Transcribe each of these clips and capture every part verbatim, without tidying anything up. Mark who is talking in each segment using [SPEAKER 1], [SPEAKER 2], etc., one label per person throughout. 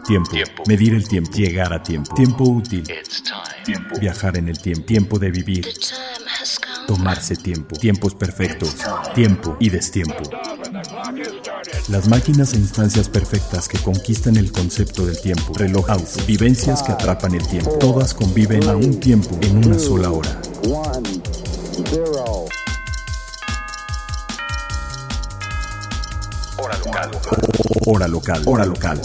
[SPEAKER 1] Tiempo. Tiempo. Medir el tiempo. Llegar a tiempo. Tiempo útil. Tiempo. Viajar en el tiempo. Tiempo de vivir. Tomarse tiempo. Tiempos perfectos. Tiempo y destiempo. Las máquinas e instancias perfectas que conquistan el concepto del tiempo. Reloj, auto, vivencias que atrapan el tiempo. Todas conviven a un tiempo en una sola hora. Hora local. Hora local. Hora local.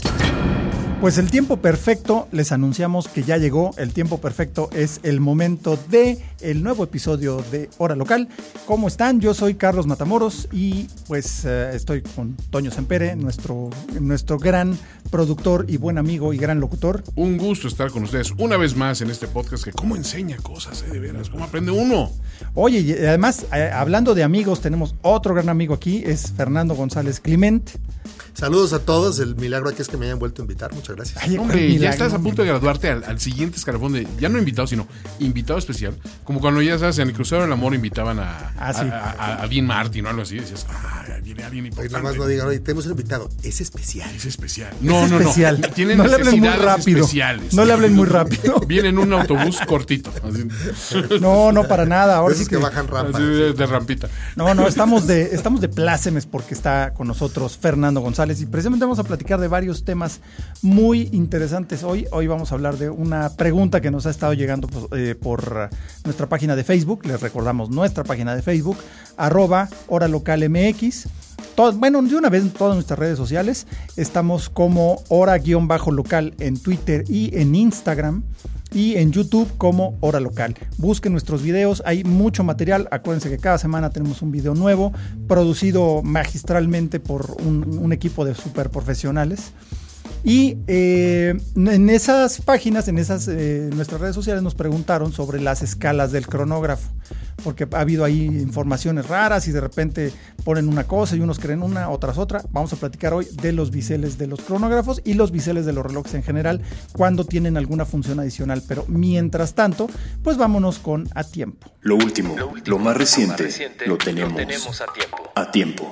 [SPEAKER 2] Pues el tiempo perfecto, les anunciamos que ya llegó. El tiempo perfecto es el momento de el nuevo episodio de Hora Local. ¿Cómo están? Yo soy Carlos Matamoros y pues uh, estoy con Toño Sempere, nuestro, nuestro gran productor y buen amigo y gran locutor.
[SPEAKER 3] Un gusto estar con ustedes una vez más en este podcast que cómo enseña cosas, ¿eh? De veras, cómo aprende uno.
[SPEAKER 2] Oye, y además, eh, hablando de amigos, tenemos otro gran amigo aquí, es Fernando González Clement.
[SPEAKER 4] Saludos a todos, el milagro aquí es que me hayan vuelto a invitar, muchas gracias.
[SPEAKER 3] Ay, hombre, ya estás a punto de graduarte al, al siguiente escalafón de, ya no invitado, sino invitado especial, como cuando ya sabes, en el Crucero del Amor invitaban a,
[SPEAKER 2] ah, sí.
[SPEAKER 3] a, a, a Dean Martin o algo así, decías, ah, viene alguien importante.
[SPEAKER 4] Oye, nada más no digan, oye, tenemos un invitado, es especial.
[SPEAKER 3] Es especial. No,
[SPEAKER 2] es
[SPEAKER 3] no,
[SPEAKER 2] especial.
[SPEAKER 3] no, tienen
[SPEAKER 2] no le hablen muy rápido.
[SPEAKER 3] Especiales.
[SPEAKER 2] No le hablen muy rápido.
[SPEAKER 3] Viene en un autobús cortito. Así.
[SPEAKER 2] No, no, para nada. Ahora
[SPEAKER 4] sí
[SPEAKER 2] que,
[SPEAKER 4] que bajan rampa.
[SPEAKER 3] De, de rampita.
[SPEAKER 2] No, no, estamos de, estamos de plácemes porque está con nosotros Fernando González y precisamente vamos a platicar de varios temas muy interesantes hoy. Hoy vamos a hablar de una pregunta que nos ha estado llegando pues, eh, por nuestra página de Facebook. Les recordamos nuestra página de Facebook, arroba Hora Local M X. Todo, bueno, de una vez en todas nuestras redes sociales. Estamos como Hora-Local en Twitter y en Instagram. Y en YouTube como Hora Local. Busquen nuestros videos, hay mucho material. Acuérdense que cada semana tenemos un video nuevo, producido magistralmente por un, un equipo de super profesionales. Y eh, en esas páginas, en esas eh, nuestras redes sociales nos preguntaron sobre las escalas del cronógrafo, porque ha habido ahí informaciones raras y de repente ponen una cosa y unos creen una, otras otra. Vamos a platicar hoy de los biseles de los cronógrafos y los biseles de los relojes en general, cuando tienen alguna función adicional. Pero mientras tanto, pues vámonos con A Tiempo.
[SPEAKER 1] Lo último, lo, último, lo, más, reciente, lo más reciente, lo tenemos,
[SPEAKER 5] lo tenemos a tiempo.
[SPEAKER 1] A tiempo.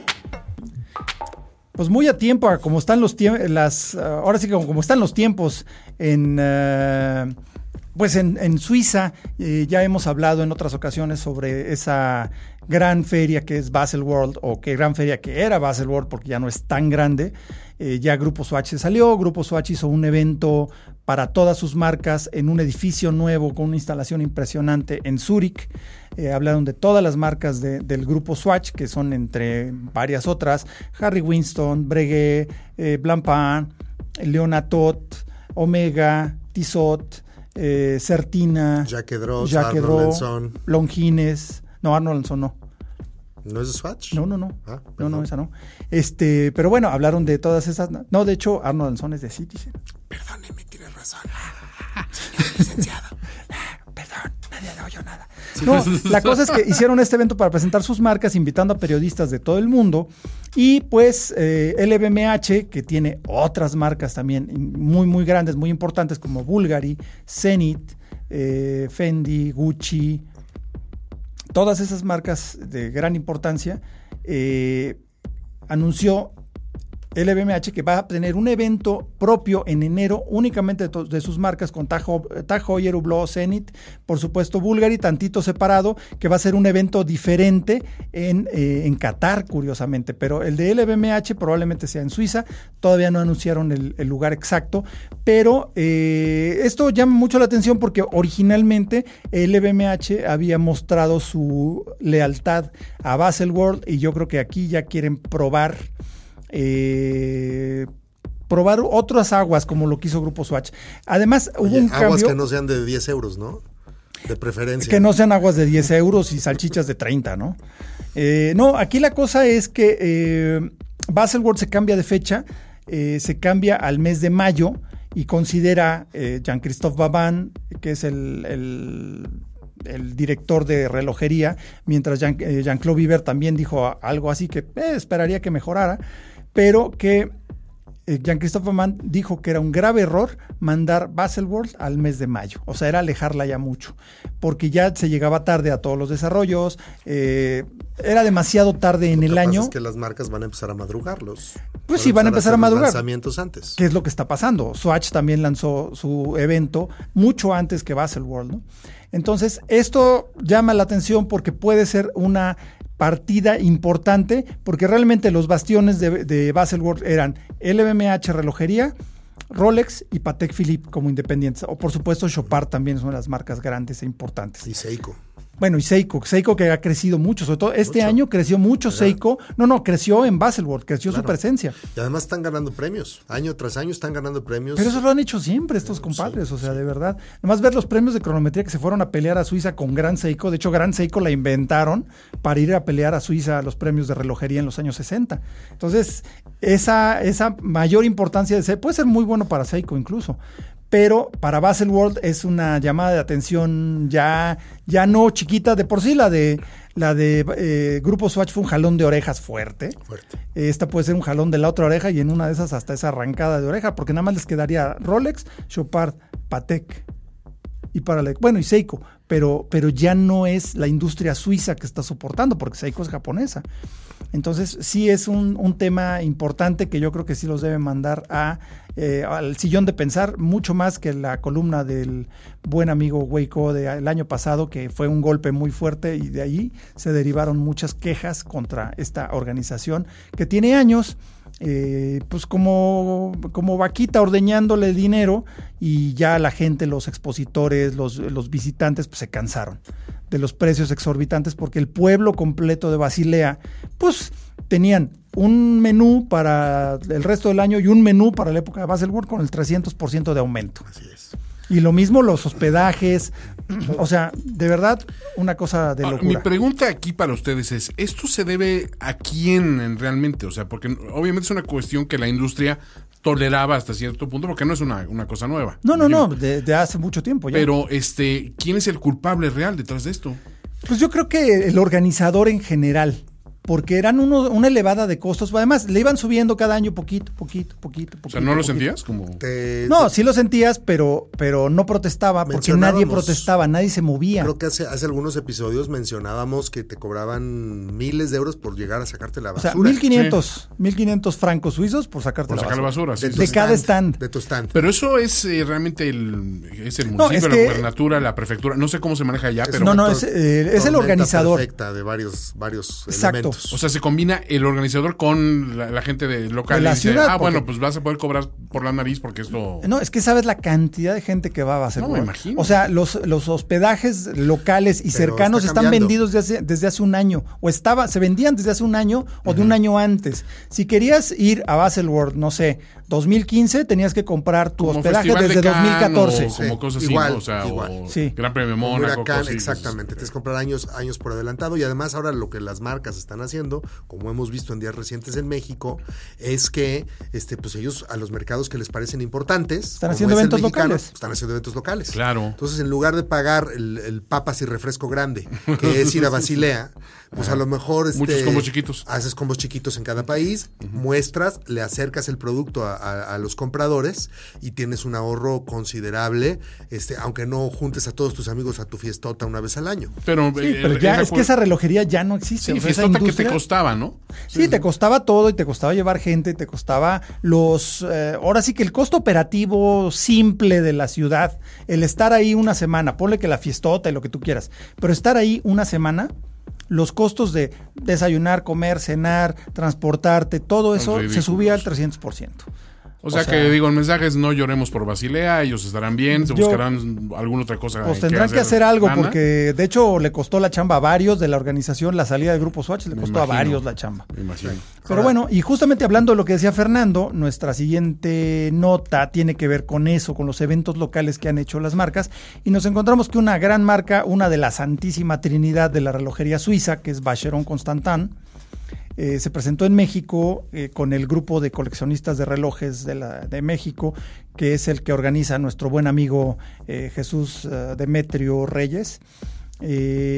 [SPEAKER 2] Pues muy a tiempo, a como están los tiempos, las, uh, ahora sí que como, como están los tiempos en, uh, pues en, en Suiza. Eh, ya hemos hablado en otras ocasiones sobre esa gran feria que es Baselworld, o que gran feria que era Baselworld porque ya no es tan grande. Eh, ya Grupo Swatch se salió, Grupo Swatch hizo un evento para todas sus marcas en un edificio nuevo con una instalación impresionante en Zúrich. Eh, hablaron de todas las marcas de, del Grupo Swatch, que son entre varias otras, Harry Winston, Breguet, eh, Blancpain, Leonatot, Omega, Tissot, eh, Certina,
[SPEAKER 4] Jacques Droz,
[SPEAKER 2] Jacques
[SPEAKER 4] Arnold Lanson,
[SPEAKER 2] Longines, no, Arnold Lanson no.
[SPEAKER 4] ¿No es de Swatch?
[SPEAKER 2] No, no, no.
[SPEAKER 4] Ah,
[SPEAKER 2] no, no, esa no. Este, pero bueno, hablaron de todas esas. No, de hecho, Arnold Lanson es de Citizen.
[SPEAKER 4] Perdóneme, tienes razón.
[SPEAKER 2] Señor licenciado. Perdón, nadie le oyó nada. No, la cosa es que hicieron este evento para presentar sus marcas, invitando a periodistas de todo el mundo. Y pues eh, L V M H, que tiene otras marcas también muy, muy grandes, muy importantes, como Bulgari, Zenith, eh, Fendi, Gucci. Todas esas marcas de gran importancia, eh, anunció L V M H que va a tener un evento propio en enero únicamente de, to- de sus marcas con Tag Heuer, Hublot, Zenith, por supuesto Bulgari, tantito separado, que va a ser un evento diferente en, eh, en Qatar, curiosamente, pero el de L V M H probablemente sea en Suiza. Todavía no anunciaron el, el lugar exacto, pero eh, esto llama mucho la atención porque originalmente L V M H había mostrado su lealtad a Baselworld y yo creo que aquí ya quieren probar Eh, probar otras aguas como lo que hizo Grupo Swatch. Además,
[SPEAKER 4] Oye,
[SPEAKER 2] hubo un
[SPEAKER 4] aguas
[SPEAKER 2] cambio.
[SPEAKER 4] que no sean de diez euros, ¿no? De preferencia.
[SPEAKER 2] Que no sean aguas de diez euros y salchichas de treinta, ¿no? Eh, no, aquí la cosa es que eh, Baselworld se cambia de fecha, eh, se cambia al mes de mayo y considera eh, Jean-Christophe Babin, que es el, el el director de relojería, mientras Jean, eh, Jean-Claude Biver también dijo algo así que eh, esperaría que mejorara, pero que eh, Jean-Christophe Mann dijo que era un grave error mandar Baselworld al mes de mayo. O sea, era alejarla ya mucho, porque ya se llegaba tarde a todos los desarrollos, eh, era demasiado tarde en
[SPEAKER 4] Lo
[SPEAKER 2] el
[SPEAKER 4] que
[SPEAKER 2] año.
[SPEAKER 4] pasa es que las marcas van a empezar a madrugarlos.
[SPEAKER 2] Pues sí, van a empezar a madrugar.
[SPEAKER 4] Lanzamientos antes.
[SPEAKER 2] ¿Qué es lo que está pasando? Swatch también lanzó su evento mucho antes que Baselworld, ¿no? Entonces, esto llama la atención porque puede ser una partida importante, porque realmente los bastiones de, de Baselworld eran L V M H Relojería, Rolex y Patek Philippe como independientes. O por supuesto Chopard también es una de las marcas grandes e importantes.
[SPEAKER 4] Y Seiko.
[SPEAKER 2] Bueno, y Seiko, Seiko que ha crecido mucho, sobre todo este
[SPEAKER 4] Mucho.
[SPEAKER 2] año creció mucho
[SPEAKER 4] ¿verdad?
[SPEAKER 2] Seiko. No, no, creció en Baselworld, creció
[SPEAKER 4] Claro.
[SPEAKER 2] su presencia.
[SPEAKER 4] Y además están ganando premios. Año tras año están ganando premios.
[SPEAKER 2] Pero eso lo han hecho siempre estos compadres, o sea, de verdad. Nomás ver los premios de cronometría que se fueron a pelear a Suiza con Gran Seiko. De hecho, Gran Seiko la inventaron para ir a pelear a Suiza a los premios de relojería en los años sesenta. Entonces, esa, esa mayor importancia de Seiko puede ser muy bueno para Seiko incluso. Pero para Baselworld es una llamada de atención ya, ya no chiquita. De por sí la de la de eh, Grupo Swatch fue un jalón de orejas fuerte.
[SPEAKER 4] Fuerte.
[SPEAKER 2] Esta puede ser un jalón de la otra oreja y en una de esas hasta esa arrancada de oreja, porque nada más les quedaría Rolex, Chopard, Patek y para la, bueno, y Seiko, pero, pero ya no es la industria suiza que está soportando, porque Seiko es japonesa. Entonces sí es un, un tema importante que yo creo que sí los debe mandar a, eh, al sillón de pensar, mucho más que la columna del buen amigo Weiko del año pasado, que fue un golpe muy fuerte y de ahí se derivaron muchas quejas contra esta organización que tiene años eh, pues como, como vaquita ordeñándole dinero, y ya la gente, los expositores, los, los visitantes pues se cansaron de los precios exorbitantes, porque el pueblo completo de Basilea pues tenían un menú para el resto del año y un menú para la época de Baselworld con el trescientos por ciento de aumento.
[SPEAKER 4] Así es.
[SPEAKER 2] Y lo mismo los hospedajes, o sea, de verdad, una cosa de
[SPEAKER 3] Ahora,
[SPEAKER 2] locura.
[SPEAKER 3] mi pregunta aquí para ustedes es, ¿esto se debe a quién en realmente? O sea, porque obviamente es una cuestión que la industria toleraba hasta cierto punto, porque no es una, una cosa nueva.
[SPEAKER 2] No, no,
[SPEAKER 3] imagino.
[SPEAKER 2] no, de, de hace mucho tiempo ya.
[SPEAKER 3] Pero, este, ¿quién es el culpable real detrás de esto?
[SPEAKER 2] Pues yo creo que el organizador en general, porque eran uno, una elevada de costos. Además, le iban subiendo cada año poquito, poquito, poquito, poquito.
[SPEAKER 3] O sea, ¿no lo
[SPEAKER 2] poquito.
[SPEAKER 3] sentías? Como...
[SPEAKER 4] Te-
[SPEAKER 2] No,
[SPEAKER 4] te-
[SPEAKER 2] sí lo sentías, pero, pero no protestaba porque nadie
[SPEAKER 4] Mencionábamos-
[SPEAKER 2] protestaba, nadie se movía.
[SPEAKER 4] Creo que hace, hace algunos episodios mencionábamos que te cobraban miles de euros por llegar a sacarte la
[SPEAKER 2] O sea,
[SPEAKER 4] basura.
[SPEAKER 2] mil quinientos, mil quinientos francos suizos por sacarte
[SPEAKER 3] Por
[SPEAKER 2] la
[SPEAKER 3] sacar la
[SPEAKER 2] basura.
[SPEAKER 3] basura. sí,
[SPEAKER 4] tu
[SPEAKER 2] de
[SPEAKER 3] sí.
[SPEAKER 2] cada stand.
[SPEAKER 4] De tu stand.
[SPEAKER 3] Pero eso es eh, realmente el, es el
[SPEAKER 2] No,
[SPEAKER 3] municipio,
[SPEAKER 2] es
[SPEAKER 3] la
[SPEAKER 2] que-
[SPEAKER 3] gubernatura, la prefectura. No sé cómo se maneja allá,
[SPEAKER 4] Es
[SPEAKER 3] pero...
[SPEAKER 2] No, no,
[SPEAKER 4] una
[SPEAKER 2] es,
[SPEAKER 4] tor-
[SPEAKER 2] eh, es el
[SPEAKER 4] tormenta
[SPEAKER 2] organizador.
[SPEAKER 4] perfecta de varios, varios
[SPEAKER 2] Exacto.
[SPEAKER 4] elementos.
[SPEAKER 3] O sea, se combina el organizador con la, la gente de local.
[SPEAKER 2] De la
[SPEAKER 3] y dice,
[SPEAKER 2] ciudad,
[SPEAKER 3] ah, bueno,
[SPEAKER 2] porque-
[SPEAKER 3] pues vas a poder cobrar por la nariz porque esto...
[SPEAKER 2] No, es que sabes la cantidad de gente que va a Baselworld.
[SPEAKER 3] No, me imagino.
[SPEAKER 2] O sea, los, los hospedajes locales y
[SPEAKER 4] Pero
[SPEAKER 2] cercanos
[SPEAKER 4] está
[SPEAKER 2] están
[SPEAKER 4] cambiando.
[SPEAKER 2] vendidos desde hace, desde hace un año. O estaba, se vendían desde hace un año o de un año antes. Si querías ir a Baselworld, no sé, dos mil quince, tenías que comprar tu
[SPEAKER 3] como
[SPEAKER 2] hospedaje
[SPEAKER 3] Festival
[SPEAKER 2] desde
[SPEAKER 3] de
[SPEAKER 2] dos mil catorce.
[SPEAKER 3] Cannes o como
[SPEAKER 4] Sí,
[SPEAKER 3] cosas
[SPEAKER 4] igual,
[SPEAKER 3] así, ¿no? O sea,
[SPEAKER 4] igual.
[SPEAKER 3] o
[SPEAKER 2] Sí.
[SPEAKER 3] Gran Premio
[SPEAKER 4] Como
[SPEAKER 3] Mónaco.
[SPEAKER 4] Huracán,
[SPEAKER 3] cosas así,
[SPEAKER 4] exactamente.
[SPEAKER 3] cosas-
[SPEAKER 4] Tienes que comprar años, años por adelantado. Y además ahora lo que las marcas están haciendo, como hemos visto en días recientes en México, es que este, pues ellos a los mercados que les parecen importantes,
[SPEAKER 2] Están
[SPEAKER 4] como
[SPEAKER 2] haciendo
[SPEAKER 4] es el
[SPEAKER 2] eventos
[SPEAKER 4] mexicano,
[SPEAKER 2] locales.
[SPEAKER 4] están haciendo eventos locales.
[SPEAKER 3] Claro.
[SPEAKER 4] Entonces, en lugar de pagar el, el papas y refresco grande, que es ir a Basilea, pues a lo mejor este,
[SPEAKER 3] Muchos combos chiquitos.
[SPEAKER 4] haces combos chiquitos en cada país, muestras, le acercas el producto a, a- a los compradores y tienes un ahorro considerable, este, aunque no juntes a todos tus amigos a tu fiestota una vez al año.
[SPEAKER 3] Pero,
[SPEAKER 2] Sí,
[SPEAKER 3] eh,
[SPEAKER 2] pero
[SPEAKER 3] el-
[SPEAKER 2] ya
[SPEAKER 3] el-
[SPEAKER 2] es que esa relojería ya no existe.
[SPEAKER 3] Sí,
[SPEAKER 2] O sea, esa
[SPEAKER 3] fiestota que te
[SPEAKER 2] industria-
[SPEAKER 3] costaba, ¿no?
[SPEAKER 2] Sí, te costaba todo y te costaba llevar gente, te costaba los... eh, ahora sí que el costo operativo simple de la ciudad, el estar ahí una semana, ponle que la fiestota y lo que tú quieras, pero estar ahí una semana, los costos de desayunar, comer, cenar, transportarte, todo eso se
[SPEAKER 3] ridículos.
[SPEAKER 2] subía al trescientos por ciento.
[SPEAKER 3] O sea,
[SPEAKER 2] O sea-
[SPEAKER 3] que digo, el mensaje es no lloremos por Basilea, ellos estarán bien, se
[SPEAKER 2] Yo-
[SPEAKER 3] buscarán alguna otra cosa.
[SPEAKER 2] Pues tendrán que hacer algo
[SPEAKER 3] lana.
[SPEAKER 2] porque de hecho le costó la chamba a varios de la organización, la salida del Grupo Swatch le
[SPEAKER 3] Me
[SPEAKER 2] costó a
[SPEAKER 3] imagino.
[SPEAKER 2] varios la chamba.
[SPEAKER 3] Me imagino.
[SPEAKER 2] Pero bueno, y justamente hablando de lo que decía Fernando, nuestra siguiente nota tiene que ver con eso, con los eventos locales que han hecho las marcas, y nos encontramos que una gran marca, una de la santísima trinidad de la relojería suiza, que es Vacheron Constantin, eh, se presentó en México eh, con el grupo de coleccionistas de relojes de, la, de México, que es el que organiza nuestro buen amigo eh, Jesús eh, Demetrio Reyes. Eh,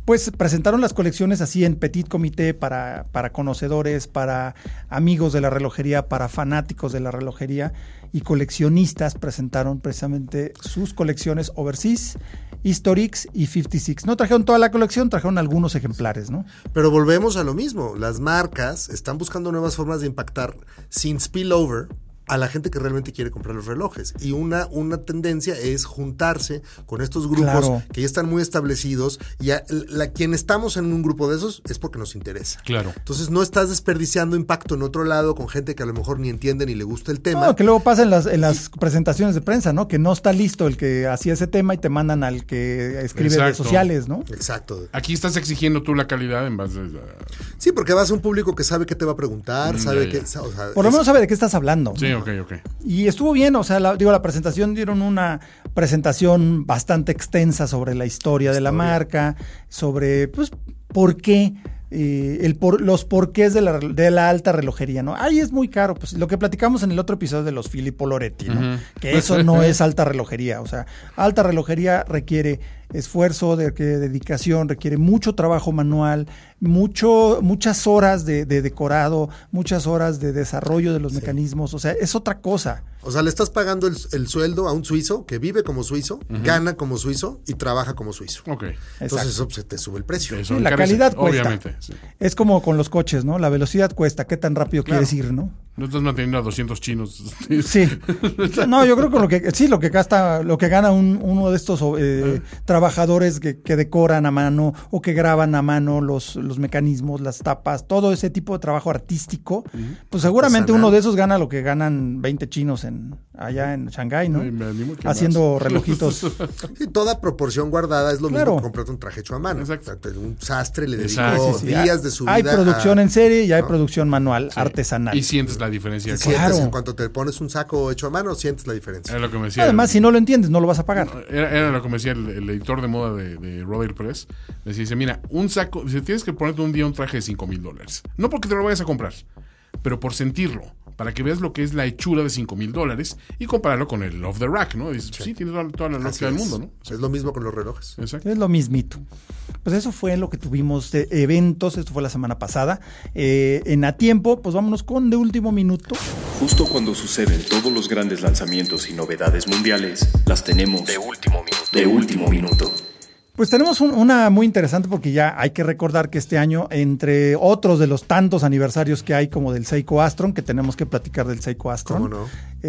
[SPEAKER 2] pues presentaron las colecciones así en petit comité para, para conocedores, para amigos de la relojería, para fanáticos de la relojería, y coleccionistas presentaron precisamente sus colecciones Overseas, Historics y cincuenta y seis. No trajeron toda la colección, trajeron algunos ejemplares, ¿no?
[SPEAKER 4] Pero volvemos a lo mismo. Las marcas están buscando nuevas formas de impactar sin spillover a la gente que realmente quiere comprar los relojes. Y una, una tendencia es juntarse con estos grupos
[SPEAKER 2] Claro.
[SPEAKER 4] que ya están muy establecidos, y a, la, quien estamos en un grupo de esos es porque nos interesa.
[SPEAKER 3] Claro.
[SPEAKER 4] Entonces no estás desperdiciando impacto en otro lado con gente que a lo mejor ni entiende ni le gusta el tema.
[SPEAKER 2] No, que luego pasa en las, en las presentaciones de prensa, ¿no? Que no está listo el que hacía ese tema y te mandan al que escribe de
[SPEAKER 3] Exacto.
[SPEAKER 2] sociales, ¿no?
[SPEAKER 4] Exacto.
[SPEAKER 3] Aquí estás exigiendo tú la calidad en base a...
[SPEAKER 4] Sí, porque vas a un público que sabe qué te va a preguntar,
[SPEAKER 3] Mm,
[SPEAKER 4] sabe
[SPEAKER 3] ya,
[SPEAKER 4] que...
[SPEAKER 3] ya.
[SPEAKER 4] O sea,
[SPEAKER 2] Por lo
[SPEAKER 4] es-
[SPEAKER 2] menos sabe de qué estás hablando.
[SPEAKER 3] Sí, ok, ok.
[SPEAKER 2] Y estuvo bien, o sea, la, digo, la presentación, dieron una presentación bastante extensa sobre la historia de la marca, sobre, pues, por qué, eh, el por, los porqués de la, de la alta relojería, ¿no? Ahí es muy caro, pues, lo que platicamos en el otro episodio de los Filippo Loretti, ¿no?
[SPEAKER 3] Ujú.
[SPEAKER 2] Que eso no es alta relojería, o sea, alta relojería requiere esfuerzo, de, de dedicación, requiere mucho trabajo manual, mucho, muchas horas de, de decorado, muchas horas de desarrollo de los
[SPEAKER 4] Sí.
[SPEAKER 2] mecanismos, o sea, es otra cosa.
[SPEAKER 4] O sea, le estás pagando el, el sueldo a un suizo que vive como suizo, gana como suizo y trabaja como suizo.
[SPEAKER 3] Ok.
[SPEAKER 4] Entonces
[SPEAKER 2] Exacto.
[SPEAKER 4] eso se te sube el precio.
[SPEAKER 3] Eso
[SPEAKER 2] Sí, la
[SPEAKER 3] encarece,
[SPEAKER 2] calidad cuesta.
[SPEAKER 3] Obviamente, sí.
[SPEAKER 2] Es como con los coches, ¿no? La velocidad cuesta, qué tan rápido
[SPEAKER 3] Claro.
[SPEAKER 2] quieres ir, ¿no?
[SPEAKER 3] No estás manteniendo a doscientos chinos.
[SPEAKER 2] Sí. No, yo creo que lo que sí, lo que gasta, lo que gana un, uno de estos eh, trabajadores que, que decoran a mano o que graban a mano los, los mecanismos, las tapas, todo ese tipo de trabajo artístico, pues seguramente
[SPEAKER 4] Artesanal.
[SPEAKER 2] uno de esos gana lo que ganan veinte chinos en allá en Shanghái, ¿no?
[SPEAKER 3] Ay, me animo que
[SPEAKER 2] Haciendo
[SPEAKER 3] más.
[SPEAKER 2] relojitos.
[SPEAKER 4] Sí, toda proporción guardada es lo
[SPEAKER 2] Claro.
[SPEAKER 4] mismo que comprarte un traje hecho a mano.
[SPEAKER 3] Exacto.
[SPEAKER 4] O sea, un sastre le dedicó
[SPEAKER 3] Exacto.
[SPEAKER 2] Sí, sí, sí.
[SPEAKER 4] días de su vida.
[SPEAKER 2] Hay producción
[SPEAKER 4] a-
[SPEAKER 2] en serie y hay
[SPEAKER 4] ¿no?
[SPEAKER 2] producción manual,
[SPEAKER 3] Sí.
[SPEAKER 2] artesanal.
[SPEAKER 3] Y sientes la diferencia.
[SPEAKER 4] Y
[SPEAKER 3] claro.
[SPEAKER 4] sientes,
[SPEAKER 2] Claro.
[SPEAKER 4] en cuanto te pones un saco hecho a mano, sientes la diferencia.
[SPEAKER 3] Era lo que me decía.
[SPEAKER 2] Además, si no lo entiendes, no lo vas a pagar.
[SPEAKER 3] Era, era lo que me decía el, el editor de moda de, de Rodale Press. Me dice, mira, un saco, dice, tienes que ponerte un día un traje de cinco mil dólares. No porque te lo vayas a comprar, pero por sentirlo, para que veas lo que es la hechura de cinco mil dólares y compararlo con el off the rack, ¿no? Dices, sí, sí tienes toda, toda la
[SPEAKER 4] Así
[SPEAKER 3] lógica del
[SPEAKER 4] es.
[SPEAKER 3] mundo, ¿no?
[SPEAKER 4] Es lo mismo con los relojes.
[SPEAKER 3] Exacto.
[SPEAKER 2] Es lo mismito. Pues eso fue lo que tuvimos de eventos, esto fue la semana pasada. Eh, en A Tiempo, pues vámonos con De Último Minuto.
[SPEAKER 5] Justo cuando suceden todos los grandes lanzamientos y novedades mundiales, las tenemos de último minuto. De último minuto.
[SPEAKER 2] Pues tenemos un- una muy interesante porque ya hay que recordar que este año, entre otros de los tantos aniversarios que hay como del Seiko Astron, que tenemos que platicar del Seiko Astron.
[SPEAKER 4] ¿Cómo no?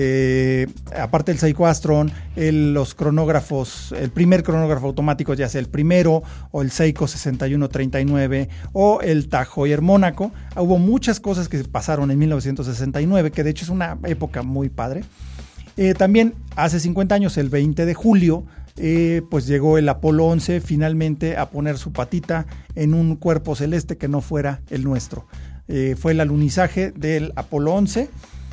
[SPEAKER 2] Eh, aparte del Seiko Astron, el, los cronógrafos, el primer cronógrafo automático, ya sea el primero o el Seiko sesenta y uno treinta y nueve o el Tag Heuer Mónaco. Hubo muchas cosas que pasaron en mil novecientos sesenta y nueve, que de hecho es una época muy padre. Eh, también hace cincuenta años, el veinte de julio, eh, pues llegó el Apolo once finalmente a poner su patita en un cuerpo celeste que no fuera el nuestro. Eh, fue el alunizaje del Apolo once.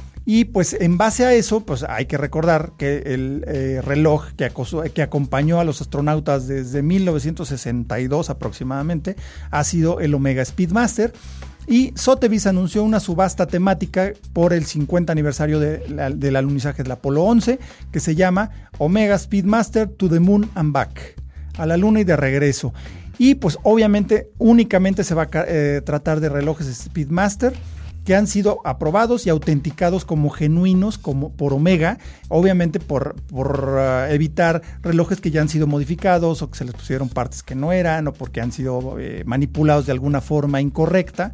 [SPEAKER 2] Y pues en base a eso, pues hay que recordar que el eh, reloj que, acosó, que acompañó a los astronautas desde mil novecientos sesenta y dos aproximadamente ha sido el Omega Speedmaster. Y Sotheby's anunció una subasta temática por el cincuenta aniversario de la, del alunizaje del Apolo once, que se llama Omega Speedmaster to the Moon and Back, a la luna y de regreso. Y pues obviamente únicamente se va a eh, tratar de relojes Speedmaster que han sido aprobados y autenticados como genuinos como por Omega, obviamente por, por uh, evitar relojes que ya han sido modificados o que se les pusieron partes que no eran o porque han sido eh, manipulados de alguna forma incorrecta.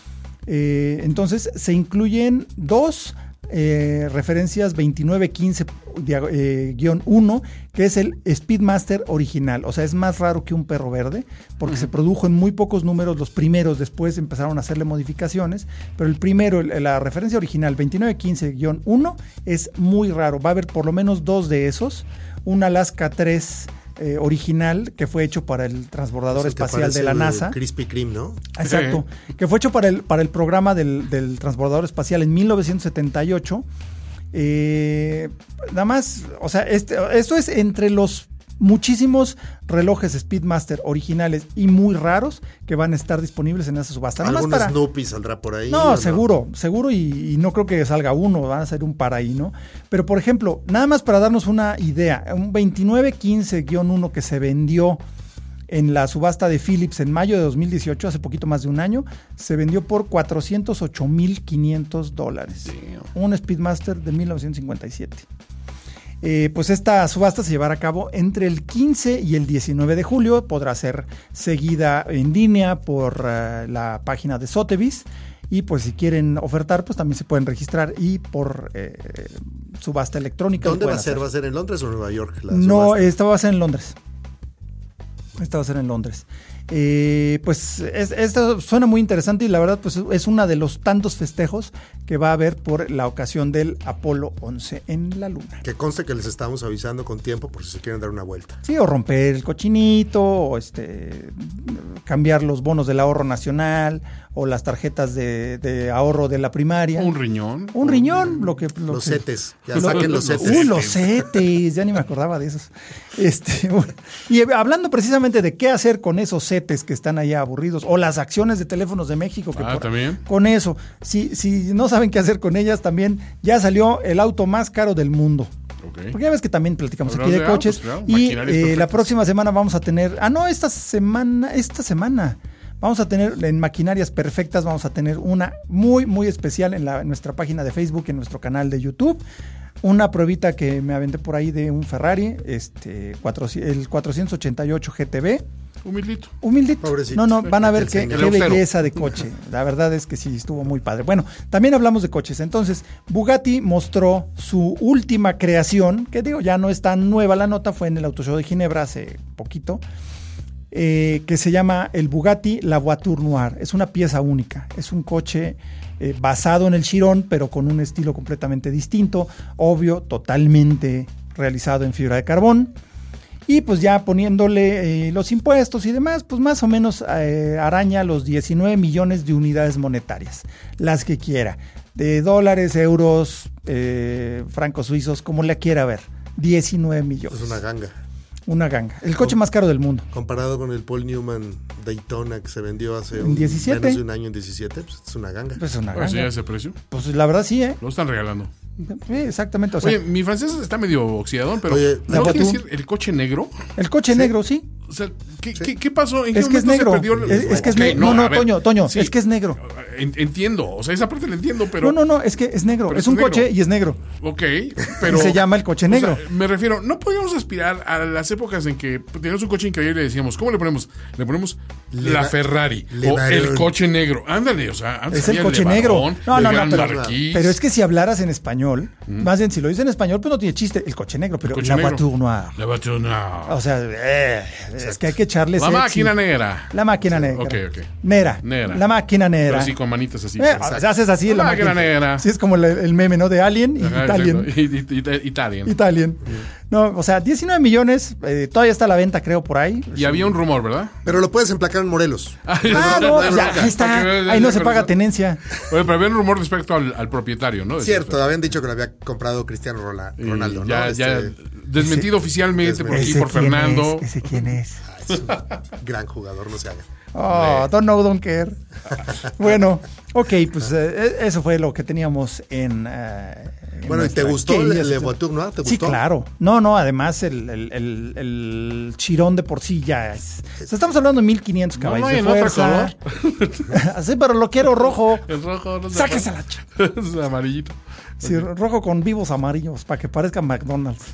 [SPEAKER 2] Eh, entonces se incluyen dos eh, referencias veintinueve quince guión uno, que es el Speedmaster original. O sea, es más raro que un perro verde, porque uh-huh. se produjo en muy pocos números. Los primeros después empezaron a hacerle modificaciones, pero el primero, el, la referencia original veintinueve quince guión uno, es muy raro. Va a haber por lo menos dos de esos. Un Alaska tres Eh, original que fue hecho para el transbordador espacial de la NASA.
[SPEAKER 4] Krispy Kreme, ¿no?
[SPEAKER 2] Exacto. Sí. Que fue hecho para el, para el programa del, del transbordador espacial en mil novecientos setenta y ocho. Eh, nada más, o sea, este, esto es entre los muchísimos relojes Speedmaster originales y muy raros que van a estar disponibles en esa subasta.
[SPEAKER 4] ¿Algún
[SPEAKER 2] para...
[SPEAKER 4] Snoopy saldrá por ahí?
[SPEAKER 2] No, seguro, no? seguro y, y no creo que salga uno, van a ser un par ahí, ¿no? Pero por ejemplo, nada más para darnos una idea, un veintinueve quince guión uno que se vendió en la subasta de Philips en mayo de dos mil dieciocho, hace poquito más de un año, se vendió por cuatrocientos ocho mil quinientos dólares. Damn. Un Speedmaster de mil novecientos cincuenta y siete. Eh, pues esta subasta se llevará a cabo entre el quince y el diecinueve de julio. Podrá ser seguida en línea por uh, la página de Sotheby's. Y pues si quieren ofertar, pues también se pueden registrar y por eh, subasta electrónica.
[SPEAKER 4] ¿Dónde va a ser?
[SPEAKER 2] hacer.
[SPEAKER 4] ¿Va a ser en Londres o en Nueva York? La
[SPEAKER 2] no,
[SPEAKER 4] subasta?
[SPEAKER 2] esta va a ser en Londres. Esta va a ser en Londres. Eh, pues es, esto suena muy interesante y la verdad pues es uno de los tantos festejos que va a haber por la ocasión del Apolo once en la Luna.
[SPEAKER 4] Que conste que les estamos avisando con tiempo por si se quieren dar una vuelta.
[SPEAKER 2] Sí, o romper el cochinito, o este cambiar los bonos del ahorro nacional, o las tarjetas de, de ahorro de la primaria.
[SPEAKER 3] Un riñón.
[SPEAKER 2] Un riñón, lo que... Lo
[SPEAKER 4] los
[SPEAKER 2] que,
[SPEAKER 4] setes, ya
[SPEAKER 2] lo,
[SPEAKER 4] saquen los setes.
[SPEAKER 2] Uy, los setes, ya ni me acordaba de esos. Este, bueno, y hablando precisamente de qué hacer con esos setes que están allá aburridos, o las acciones de Teléfonos de México. Que
[SPEAKER 3] ah,
[SPEAKER 2] por,
[SPEAKER 3] también.
[SPEAKER 2] Con eso, si, si no saben qué hacer con ellas, también ya salió el auto más caro del mundo.
[SPEAKER 3] Okay.
[SPEAKER 2] Porque ya ves que también platicamos
[SPEAKER 3] Hablamos
[SPEAKER 2] aquí de,
[SPEAKER 3] de
[SPEAKER 2] coches.
[SPEAKER 3] autos, claro,
[SPEAKER 2] y eh, la próxima semana vamos a tener... Ah, no, esta semana, esta semana... Vamos a tener en Maquinarias Perfectas, vamos a tener una muy, muy especial en, la, en nuestra página de Facebook, en nuestro canal de YouTube. Una pruebita que me aventé por ahí de un Ferrari, este, cuatro, el cuatrocientos ochenta y ocho G T B.
[SPEAKER 3] Humildito.
[SPEAKER 2] Humildito.
[SPEAKER 4] Pobrecito.
[SPEAKER 2] No, no, van a ver qué, qué belleza de
[SPEAKER 3] cero.
[SPEAKER 2] coche. La verdad es que sí, estuvo muy padre. Bueno, también hablamos de coches. Entonces, Bugatti mostró su última creación, que digo, ya no es tan nueva la nota, fue en el Auto Show de Ginebra hace poquito. Eh, que se llama el Bugatti La Voiture Noire. Es una pieza única. Es un coche eh, basado en el Chiron, pero con un estilo completamente distinto. Obvio, totalmente realizado en fibra de carbón. Y pues ya poniéndole eh, los impuestos y demás, pues más o menos eh, araña los diecinueve millones de unidades monetarias. Las que quiera. De dólares, euros, eh, francos suizos, como la quiera ver. diecinueve millones.
[SPEAKER 4] Es una ganga.
[SPEAKER 2] Una ganga. El coche más caro del mundo.
[SPEAKER 4] Comparado con el Paul Newman Daytona que se vendió hace
[SPEAKER 2] en
[SPEAKER 4] un,
[SPEAKER 2] diecisiete.
[SPEAKER 4] menos de un año en diecisiete, pues es una ganga.
[SPEAKER 2] Pues es una
[SPEAKER 3] Pues
[SPEAKER 2] ganga.
[SPEAKER 3] sí, ese precio.
[SPEAKER 2] Pues la verdad sí, ¿eh?
[SPEAKER 3] Lo están regalando.
[SPEAKER 2] Sí, exactamente. O sea,
[SPEAKER 3] Oye, mi francés está medio oxidadón, pero
[SPEAKER 4] Oye,
[SPEAKER 3] ¿no
[SPEAKER 2] la
[SPEAKER 3] quiere
[SPEAKER 2] Voiture-
[SPEAKER 3] decir el coche negro?
[SPEAKER 2] el coche negro, sí.
[SPEAKER 3] O sea, ¿qué,
[SPEAKER 4] Sí.
[SPEAKER 3] qué, qué pasó? ¿En qué
[SPEAKER 2] Es que es
[SPEAKER 3] momento
[SPEAKER 2] negro.
[SPEAKER 3] se perdió? el-
[SPEAKER 2] Es, es que es
[SPEAKER 3] Ok,
[SPEAKER 2] negro. No, no,
[SPEAKER 3] a ver,
[SPEAKER 2] Toño, Toño,
[SPEAKER 3] sí,
[SPEAKER 2] es que es negro.
[SPEAKER 3] en- Entiendo, o sea, esa parte la entiendo, pero...
[SPEAKER 2] No, no, no, es que es negro.
[SPEAKER 3] Pero
[SPEAKER 2] Es
[SPEAKER 3] es
[SPEAKER 2] un
[SPEAKER 3] negro.
[SPEAKER 2] coche y es negro.
[SPEAKER 3] Ok, pero...
[SPEAKER 2] Y se llama el coche
[SPEAKER 3] o
[SPEAKER 2] negro.
[SPEAKER 3] sea, me refiero, no podíamos aspirar a las épocas en que teníamos un coche increíble y decíamos, ¿cómo le ponemos? Le ponemos
[SPEAKER 4] Le
[SPEAKER 3] la
[SPEAKER 4] va-
[SPEAKER 3] Ferrari
[SPEAKER 4] Le
[SPEAKER 3] o
[SPEAKER 4] Baron.
[SPEAKER 3] el coche negro. Ándale, o sea, antes
[SPEAKER 2] Es el
[SPEAKER 3] había
[SPEAKER 2] coche
[SPEAKER 3] Le
[SPEAKER 2] negro.
[SPEAKER 3] Baron,
[SPEAKER 2] No,
[SPEAKER 3] el
[SPEAKER 2] no, no,
[SPEAKER 3] Gran
[SPEAKER 2] pero,
[SPEAKER 3] Marquis.
[SPEAKER 2] pero es que si hablaras en español, más bien si lo dices en español, pues no tiene chiste. El coche negro, pero
[SPEAKER 3] coche
[SPEAKER 2] la
[SPEAKER 3] negro.
[SPEAKER 2] Voiture Noire.
[SPEAKER 3] La Voiture Noire.
[SPEAKER 2] O sea, eh, es que hay que echarle
[SPEAKER 3] La
[SPEAKER 2] sexy.
[SPEAKER 3] máquina negra.
[SPEAKER 2] La máquina negra.
[SPEAKER 3] Ok, ok.
[SPEAKER 2] Nera.
[SPEAKER 3] Negra.
[SPEAKER 2] La máquina negra.
[SPEAKER 3] Pero así con manitas así.
[SPEAKER 2] Eh,
[SPEAKER 3] Exacto.
[SPEAKER 2] o sea, haces así
[SPEAKER 3] La
[SPEAKER 2] la
[SPEAKER 3] máquina
[SPEAKER 2] máquina
[SPEAKER 3] negra.
[SPEAKER 2] Sí, es como el, el meme, ¿no? De Alien y
[SPEAKER 3] Ajá,
[SPEAKER 2] Italian.
[SPEAKER 3] exacto. Y- y- y- Italian.
[SPEAKER 2] Italian. No, o sea, diecinueve millones, eh, todavía está a la venta, creo, por ahí.
[SPEAKER 3] Y había un rumor, ¿verdad?
[SPEAKER 4] Pero lo puedes emplacar en Morelos.
[SPEAKER 2] Ah, no,
[SPEAKER 3] no,
[SPEAKER 2] ya,
[SPEAKER 3] no,
[SPEAKER 2] ahí está.
[SPEAKER 3] porque-
[SPEAKER 2] Ahí no se
[SPEAKER 3] con
[SPEAKER 2] paga
[SPEAKER 3] eso-
[SPEAKER 2] tenencia.
[SPEAKER 3] Oye, pero había un rumor respecto al, al propietario, ¿no? Decía,
[SPEAKER 4] Cierto, habían dicho que lo había comprado Cristiano Rola-
[SPEAKER 3] y
[SPEAKER 4] Ronaldo,
[SPEAKER 3] ya,
[SPEAKER 4] ¿no?
[SPEAKER 3] ya
[SPEAKER 4] Este,
[SPEAKER 3] desmentido oficialmente por aquí,
[SPEAKER 2] Ese
[SPEAKER 3] por
[SPEAKER 2] quién
[SPEAKER 3] Fernando.
[SPEAKER 2] es, ese quién es.
[SPEAKER 4] es un gran jugador, no se haga.
[SPEAKER 2] Oh, don't know, don't care. Bueno, ok, pues eh, eso fue lo que teníamos en. eh, en
[SPEAKER 4] Bueno, ¿y te
[SPEAKER 2] nuestra
[SPEAKER 4] gustó
[SPEAKER 2] querida
[SPEAKER 4] Le, Le
[SPEAKER 2] sección.
[SPEAKER 4] Voiture Noire? ¿Te gustó?
[SPEAKER 2] Sí, claro. No, no, además el, el, el, el Chirón de por sí ya es. O sea, estamos hablando de mil quinientos
[SPEAKER 3] No,
[SPEAKER 2] caballos
[SPEAKER 3] no hay
[SPEAKER 2] de
[SPEAKER 3] en otro
[SPEAKER 2] fuerza. sí, pero lo quiero rojo.
[SPEAKER 3] El rojo, no sé.
[SPEAKER 2] Sáquese la ch-
[SPEAKER 3] Es amarillito.
[SPEAKER 2] Sí, rojo con vivos amarillos para que parezca McDonald's.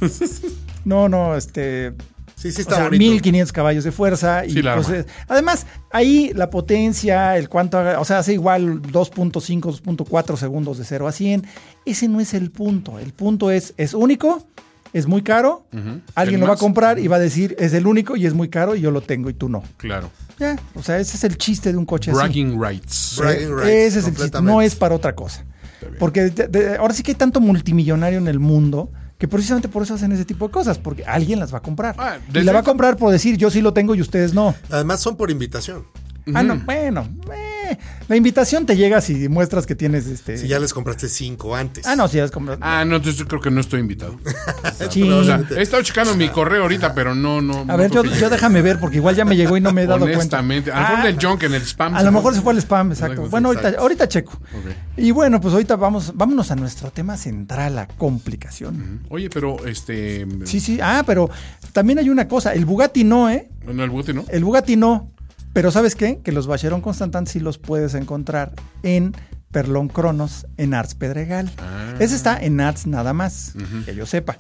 [SPEAKER 2] No, no, este.
[SPEAKER 4] Sí, sí
[SPEAKER 2] O
[SPEAKER 4] está
[SPEAKER 2] sea,
[SPEAKER 4] bonito.
[SPEAKER 2] mil quinientos caballos de fuerza. Y
[SPEAKER 3] Sí, la
[SPEAKER 2] pues,
[SPEAKER 3] arma.
[SPEAKER 2] eh, además, ahí la potencia, el cuánto haga, o sea, hace igual dos punto cinco, dos punto cuatro segundos de cero a cien. Ese no es el punto. El punto es, es único, es muy caro.
[SPEAKER 3] Ujú.
[SPEAKER 2] Alguien
[SPEAKER 3] ¿El
[SPEAKER 2] lo va a
[SPEAKER 3] más?
[SPEAKER 2] comprar y va a decir, es el único y es muy caro y yo lo tengo y tú no.
[SPEAKER 3] Claro.
[SPEAKER 2] Ya, o sea, ese es el chiste de un coche así.
[SPEAKER 3] Bragging rights.
[SPEAKER 4] Bragging rights,
[SPEAKER 2] Ese es el chiste,
[SPEAKER 4] completamente.
[SPEAKER 2] no es para otra cosa. Porque de- de- ahora sí que hay tanto multimillonario en el mundo que precisamente por eso hacen ese tipo de cosas, porque alguien las va a comprar.
[SPEAKER 3] Ah,
[SPEAKER 2] y
[SPEAKER 3] desde-
[SPEAKER 2] la va a comprar por decir yo sí lo tengo y ustedes no.
[SPEAKER 4] Además son por invitación.
[SPEAKER 2] Ah, no, bueno, bueno. Eh, la invitación te llega si muestras que tienes este.
[SPEAKER 4] Si ya les compraste cinco antes.
[SPEAKER 2] Ah, no, si ya les compraste.
[SPEAKER 3] Ah, no, entonces yo creo que no estoy invitado.
[SPEAKER 2] Sí.
[SPEAKER 3] O sea, he estado checando mi correo ahorita, pero no, no.
[SPEAKER 2] A
[SPEAKER 3] no
[SPEAKER 2] ver, yo,
[SPEAKER 3] creo que
[SPEAKER 2] yo déjame ver, porque igual ya me llegó y no me he dado cuenta.
[SPEAKER 3] Honestamente, a lo mejor
[SPEAKER 2] Ah,
[SPEAKER 3] en el junk, en el spam.
[SPEAKER 2] A lo mejor se fue al spam, exacto.
[SPEAKER 3] Exacto,
[SPEAKER 2] Bueno, ahorita,
[SPEAKER 4] exacto.
[SPEAKER 2] ahorita checo.
[SPEAKER 3] Ok.
[SPEAKER 2] Y bueno, pues ahorita vamos, vámonos a nuestro tema central, la complicación.
[SPEAKER 3] Oye, pero este.
[SPEAKER 2] Sí, sí. Ah, pero también hay una cosa. El Bugatti no, ¿eh?
[SPEAKER 3] No, el Bugatti, ¿no?
[SPEAKER 2] El Bugatti no. Pero ¿sabes qué? Que los Vacheron Constantin sí los puedes encontrar en Perlón Cronos, en Arts Pedregal.
[SPEAKER 3] Ah.
[SPEAKER 2] Ese está en Arts nada más, que yo sepa.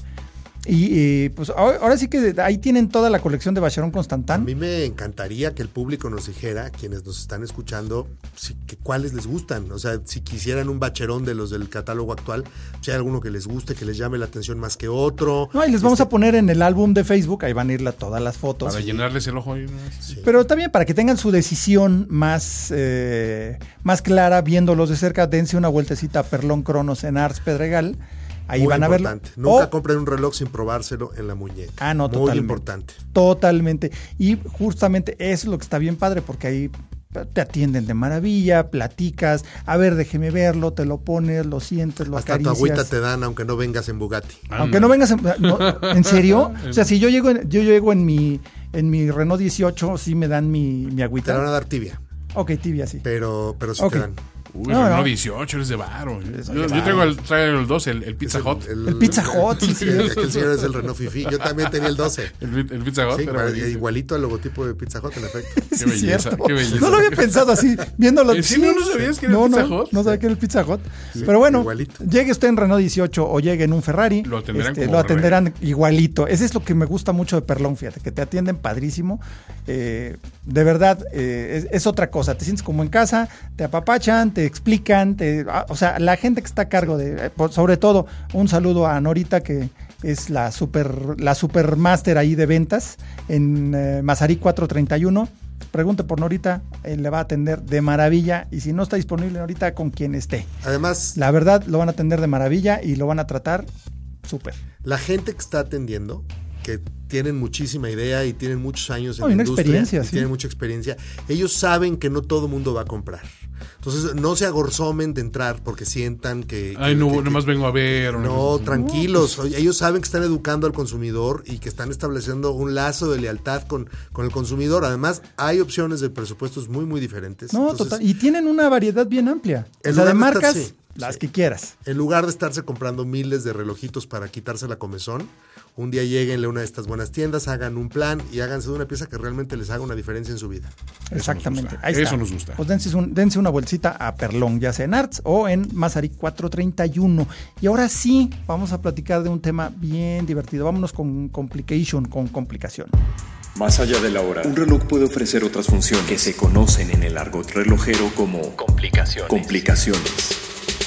[SPEAKER 2] Y eh, pues ahora, ahora sí que ahí tienen toda la colección de Vacheron
[SPEAKER 4] A
[SPEAKER 2] Constantin.
[SPEAKER 4] mí me encantaría que el público nos dijera, quienes nos están escuchando, si, que cuáles les gustan. O sea, si quisieran un bacherón de los del catálogo actual, si hay alguno que les guste, que les llame la atención más que otro.
[SPEAKER 2] No, y les vamos
[SPEAKER 4] Este,
[SPEAKER 2] a poner en el álbum de Facebook, ahí van a ir la- todas las fotos.
[SPEAKER 3] Para llenarles el ojo ahí. ¿no?
[SPEAKER 4] sí.
[SPEAKER 2] Pero también para que tengan su decisión más, eh, más clara, viéndolos de cerca, dense una vueltecita a Perlón Cronos en Arts Pedregal. Ahí
[SPEAKER 4] Muy
[SPEAKER 2] van a verlo.
[SPEAKER 4] importante. Nunca
[SPEAKER 2] O-
[SPEAKER 4] compren un reloj sin probárselo en la muñeca.
[SPEAKER 2] Ah, no,
[SPEAKER 4] Muy
[SPEAKER 2] totalmente.
[SPEAKER 4] importante.
[SPEAKER 2] Totalmente. Y justamente eso es lo que está bien padre, porque ahí te atienden de maravilla, platicas, a ver, déjeme verlo, te lo pones, lo sientes, lo
[SPEAKER 4] Hasta tu
[SPEAKER 2] acaricias.
[SPEAKER 4] agüita te dan, aunque no vengas en Bugatti.
[SPEAKER 2] Aunque no vengas en, no, ¿en serio? O sea, si yo llego en, yo llego en mi en mi Renault dieciocho, sí me dan mi, mi
[SPEAKER 4] Te
[SPEAKER 2] agüita.
[SPEAKER 4] la van a dar tibia,
[SPEAKER 2] Ok, tibia, sí.
[SPEAKER 4] pero, pero sí
[SPEAKER 2] Ok.
[SPEAKER 4] te dan.
[SPEAKER 3] Uy,
[SPEAKER 2] No,
[SPEAKER 3] no,
[SPEAKER 2] no.
[SPEAKER 3] dieciocho, eres de varo.
[SPEAKER 2] Eso,
[SPEAKER 3] Yo,
[SPEAKER 2] de
[SPEAKER 3] yo
[SPEAKER 2] varo.
[SPEAKER 3] traigo el, traigo el doce, el, el Pizza Hut.
[SPEAKER 2] El Pizza Hut, sí,
[SPEAKER 4] sí.
[SPEAKER 2] sí.
[SPEAKER 4] El señor es el Renault Fifi. Yo también tenía el doce.
[SPEAKER 3] El, el Pizza Hut.
[SPEAKER 4] Sí,
[SPEAKER 3] era
[SPEAKER 4] para-
[SPEAKER 3] buenísimo.
[SPEAKER 4] igualito al logotipo de Pizza Hut, en efecto.
[SPEAKER 2] Sí,
[SPEAKER 3] Qué belleza,
[SPEAKER 2] cierto.
[SPEAKER 3] qué belleza.
[SPEAKER 2] No lo había pensado así, viéndolo.
[SPEAKER 3] ¿En serio no sabías que era
[SPEAKER 2] no,
[SPEAKER 3] el Pizza
[SPEAKER 2] no,
[SPEAKER 3] Hut?
[SPEAKER 2] No sabía que era el Pizza Hut. Pero bueno,
[SPEAKER 4] igualito.
[SPEAKER 2] llegue usted en Renault dieciocho o llegue en un Ferrari,
[SPEAKER 3] Lo atenderán como
[SPEAKER 2] lo atenderán igualito. Ese es lo que me gusta mucho de Perlón, fíjate, que te atienden padrísimo. Eh, de verdad, eh, es, es otra cosa. Te sientes como en casa, te apapachan, te explican, te, ah, o sea, la gente que está a cargo de, eh, por- sobre todo, un saludo a Norita, que es la super, la supermaster ahí de ventas en eh, Mazarí cuatrocientos treinta y uno. Pregunte por Norita, él le va a atender de maravilla, y si no está disponible Norita, con quien esté.
[SPEAKER 4] Además,
[SPEAKER 2] La verdad, lo van a atender de maravilla y lo van a tratar súper.
[SPEAKER 4] la gente que está atendiendo, que tienen muchísima idea y tienen muchos años en
[SPEAKER 2] No, y
[SPEAKER 4] la
[SPEAKER 2] una
[SPEAKER 4] industria,
[SPEAKER 2] experiencia,
[SPEAKER 4] y
[SPEAKER 2] sí.
[SPEAKER 4] tienen mucha experiencia, ellos saben que no todo mundo va a comprar. Entonces, no se agorzomen de entrar porque sientan que...
[SPEAKER 3] Ay,
[SPEAKER 4] que-
[SPEAKER 3] no,
[SPEAKER 4] que-
[SPEAKER 3] nomás vengo a ver. o
[SPEAKER 4] No,
[SPEAKER 3] sé.
[SPEAKER 4] tranquilos. Oye, ellos saben que están educando al consumidor y que están estableciendo un lazo de lealtad con, con el consumidor. Además, hay opciones de presupuestos muy, muy diferentes.
[SPEAKER 2] No,
[SPEAKER 4] Entonces,
[SPEAKER 2] total. Y tienen una variedad bien amplia. O
[SPEAKER 4] En
[SPEAKER 2] sea, de
[SPEAKER 4] lugar de estar-
[SPEAKER 2] marcas,
[SPEAKER 4] sí,
[SPEAKER 2] las
[SPEAKER 4] sí.
[SPEAKER 2] que quieras.
[SPEAKER 4] En lugar de estarse comprando miles de relojitos para quitarse la comezón, un día lleguenle a una de estas buenas tiendas, hagan un plan y háganse de una pieza que realmente les haga una diferencia en su vida.
[SPEAKER 2] Exactamente.
[SPEAKER 3] gusta.
[SPEAKER 2] Ahí
[SPEAKER 3] Eso
[SPEAKER 2] está.
[SPEAKER 3] nos gusta.
[SPEAKER 2] Pues dense, un- dense una vueltita a Perlón, ya sea en Arts o en Mazarí cuatrocientos treinta y uno. Y ahora sí, vamos a platicar de un tema bien divertido. Vámonos con complication, con complicación.
[SPEAKER 5] Más allá de la hora, un reloj puede ofrecer otras funciones que se conocen en el argot relojero como complicaciones. complicaciones.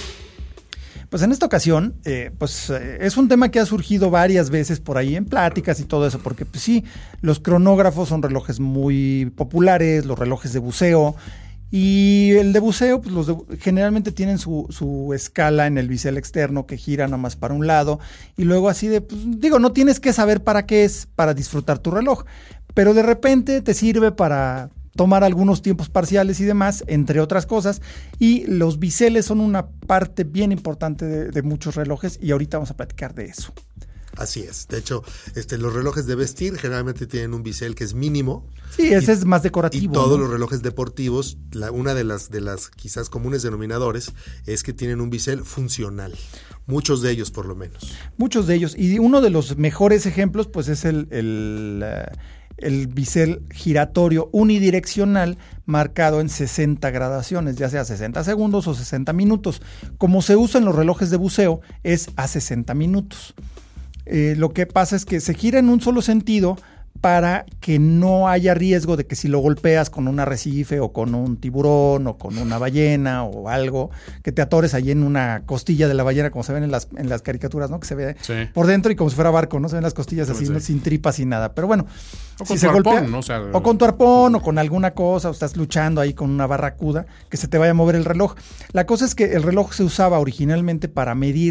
[SPEAKER 2] Pues en esta ocasión, eh, pues eh, es un tema que ha surgido varias veces por ahí en pláticas y todo eso, porque pues sí, los cronógrafos son relojes muy populares, los relojes de buceo, y el de buceo, pues los de, generalmente tienen su, su escala en el bisel externo que gira nada más para un lado, y luego así de, pues digo, no tienes que saber para qué es, para disfrutar tu reloj, pero de repente te sirve para tomar algunos tiempos parciales y demás, entre otras cosas, y los biseles son una parte bien importante de, de muchos relojes, y ahorita vamos a platicar de eso.
[SPEAKER 4] Así es. De hecho, este, los relojes de vestir generalmente tienen un bisel que es mínimo.
[SPEAKER 2] Sí, ese
[SPEAKER 4] Y-
[SPEAKER 2] es más
[SPEAKER 4] Y
[SPEAKER 2] decorativo.
[SPEAKER 4] todos
[SPEAKER 2] ¿no?
[SPEAKER 4] los relojes deportivos, la, una de las, de las quizás comunes denominadores es que tienen un bisel funcional. Muchos de ellos, por lo menos.
[SPEAKER 2] Muchos de ellos, y uno de los mejores ejemplos, pues es el, el, eh, el bisel giratorio unidireccional marcado en sesenta gradaciones, ya sea sesenta segundos o sesenta minutos. Como se usa en los relojes de buceo, es a sesenta minutos. Eh, lo que pasa es que se gira en un solo sentido para que no haya riesgo de que si lo golpeas con un arrecife o con un tiburón o con una ballena o algo, que te atores ahí en una costilla de la ballena, como se ven en las, en las caricaturas, ¿no? Que se ve
[SPEAKER 3] Sí.
[SPEAKER 2] por dentro y como si fuera barco, ¿no? Se ven las costillas
[SPEAKER 3] Sí,
[SPEAKER 2] así,
[SPEAKER 3] sí.
[SPEAKER 2] ¿no? Sin tripas y nada. Pero bueno,
[SPEAKER 3] O con tu arpón, ¿no? O sea,
[SPEAKER 2] o con tu arpón o con alguna cosa, o estás luchando ahí con una barracuda, que se te vaya a mover el reloj. La cosa es que el reloj se usaba originalmente para medir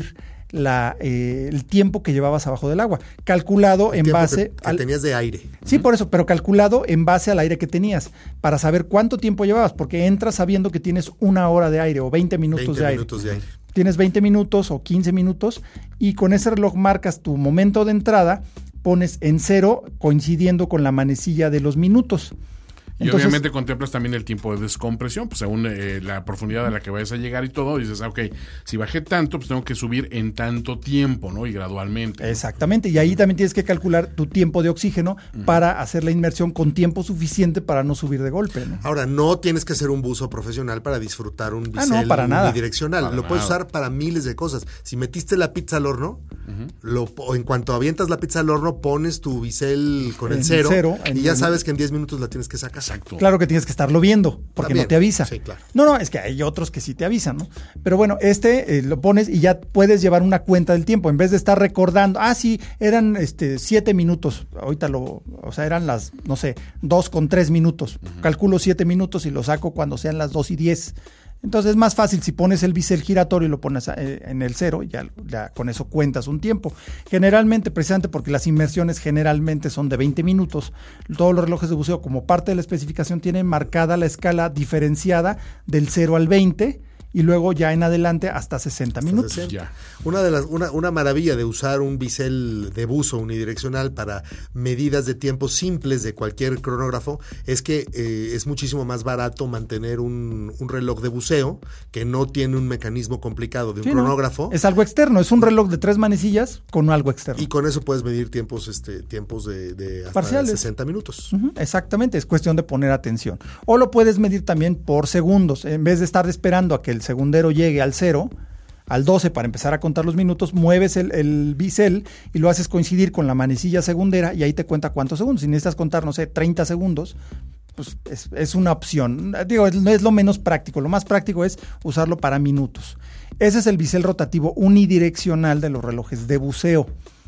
[SPEAKER 2] la, eh, el tiempo que llevabas abajo del agua, calculado
[SPEAKER 4] El
[SPEAKER 2] en
[SPEAKER 4] tiempo
[SPEAKER 2] base
[SPEAKER 4] que, que
[SPEAKER 2] al...
[SPEAKER 4] tenías de aire.
[SPEAKER 2] Sí, por eso, pero calculado en base al aire que tenías, para saber cuánto tiempo llevabas, porque entras sabiendo que tienes una hora de aire o veinte minutos
[SPEAKER 4] veinte
[SPEAKER 2] de aire.
[SPEAKER 4] minutos de aire.
[SPEAKER 2] Tienes veinte minutos o quince minutos y con ese reloj marcas tu momento de entrada, pones en cero coincidiendo con la manecilla de los minutos.
[SPEAKER 3] Y Entonces, obviamente contemplas también el tiempo de descompresión, pues según eh, la profundidad a la que vayas a llegar y todo, dices, ah, ok, si bajé tanto, pues tengo que subir en tanto tiempo, ¿no? Y gradualmente.
[SPEAKER 2] Exactamente, y ahí también tienes que calcular tu tiempo de oxígeno uh-huh. para hacer la inmersión con tiempo suficiente para no subir de golpe, ¿no?
[SPEAKER 4] Ahora, no tienes que ser un buzo profesional para disfrutar un bisel
[SPEAKER 2] ah, no, para nada.
[SPEAKER 4] unidireccional.
[SPEAKER 3] Para
[SPEAKER 4] lo
[SPEAKER 3] nada.
[SPEAKER 4] puedes usar para miles de cosas. Si metiste la pizza al horno, uh-huh. lo, o en cuanto avientas la pizza al horno, pones tu bisel con el
[SPEAKER 2] en
[SPEAKER 4] cero,
[SPEAKER 2] cero
[SPEAKER 4] y
[SPEAKER 2] en
[SPEAKER 4] ya
[SPEAKER 2] el...
[SPEAKER 4] sabes que en diez minutos la tienes que sacar.
[SPEAKER 3] Exacto.
[SPEAKER 2] Claro que tienes que estarlo viendo, porque
[SPEAKER 4] También.
[SPEAKER 2] no te avisa.
[SPEAKER 4] Sí, claro.
[SPEAKER 2] No, no, es que hay otros que sí te avisan, ¿no? Pero bueno, este eh, lo pones y ya puedes llevar una cuenta del tiempo, en vez de estar recordando, ah, sí, eran este siete minutos, ahorita lo, o sea, eran las, no sé, dos con tres minutos. Uh-huh. Calculo siete minutos y lo saco cuando sean las dos y diez. Entonces es más fácil si pones el bisel giratorio y lo pones eh, en el cero, ya, ya con eso cuentas un tiempo. Generalmente, precisamente porque las inmersiones generalmente son de veinte minutos, todos los relojes de buceo como parte de la especificación tienen marcada la escala diferenciada del cero al veinte y luego ya en adelante hasta sesenta minutos.
[SPEAKER 4] sesenta. Ya. Una, de las, una, una maravilla de usar un bisel de buzo unidireccional para medidas de tiempo simples de cualquier cronógrafo es que eh, es muchísimo más barato mantener un, un reloj de buceo que no tiene un mecanismo complicado de un sí, cronógrafo.
[SPEAKER 2] No. Es algo externo, es un reloj de tres manecillas con algo externo.
[SPEAKER 4] Y con eso puedes medir tiempos, este, tiempos de, de hasta
[SPEAKER 2] parciales.
[SPEAKER 4] sesenta minutos.
[SPEAKER 2] Uh-huh, exactamente, es cuestión de poner atención. O lo puedes medir también por segundos, en vez de estar esperando a que el segundero llegue al cero, al doce para empezar a contar los minutos, mueves el, el bisel y lo haces coincidir con la manecilla segundera y ahí te cuenta cuántos segundos. Si necesitas contar, no sé, treinta segundos, pues es, es una opción. Digo, es, es lo menos práctico. Lo más práctico es usarlo para minutos. Ese es el bisel rotativo unidireccional de los relojes de buceo.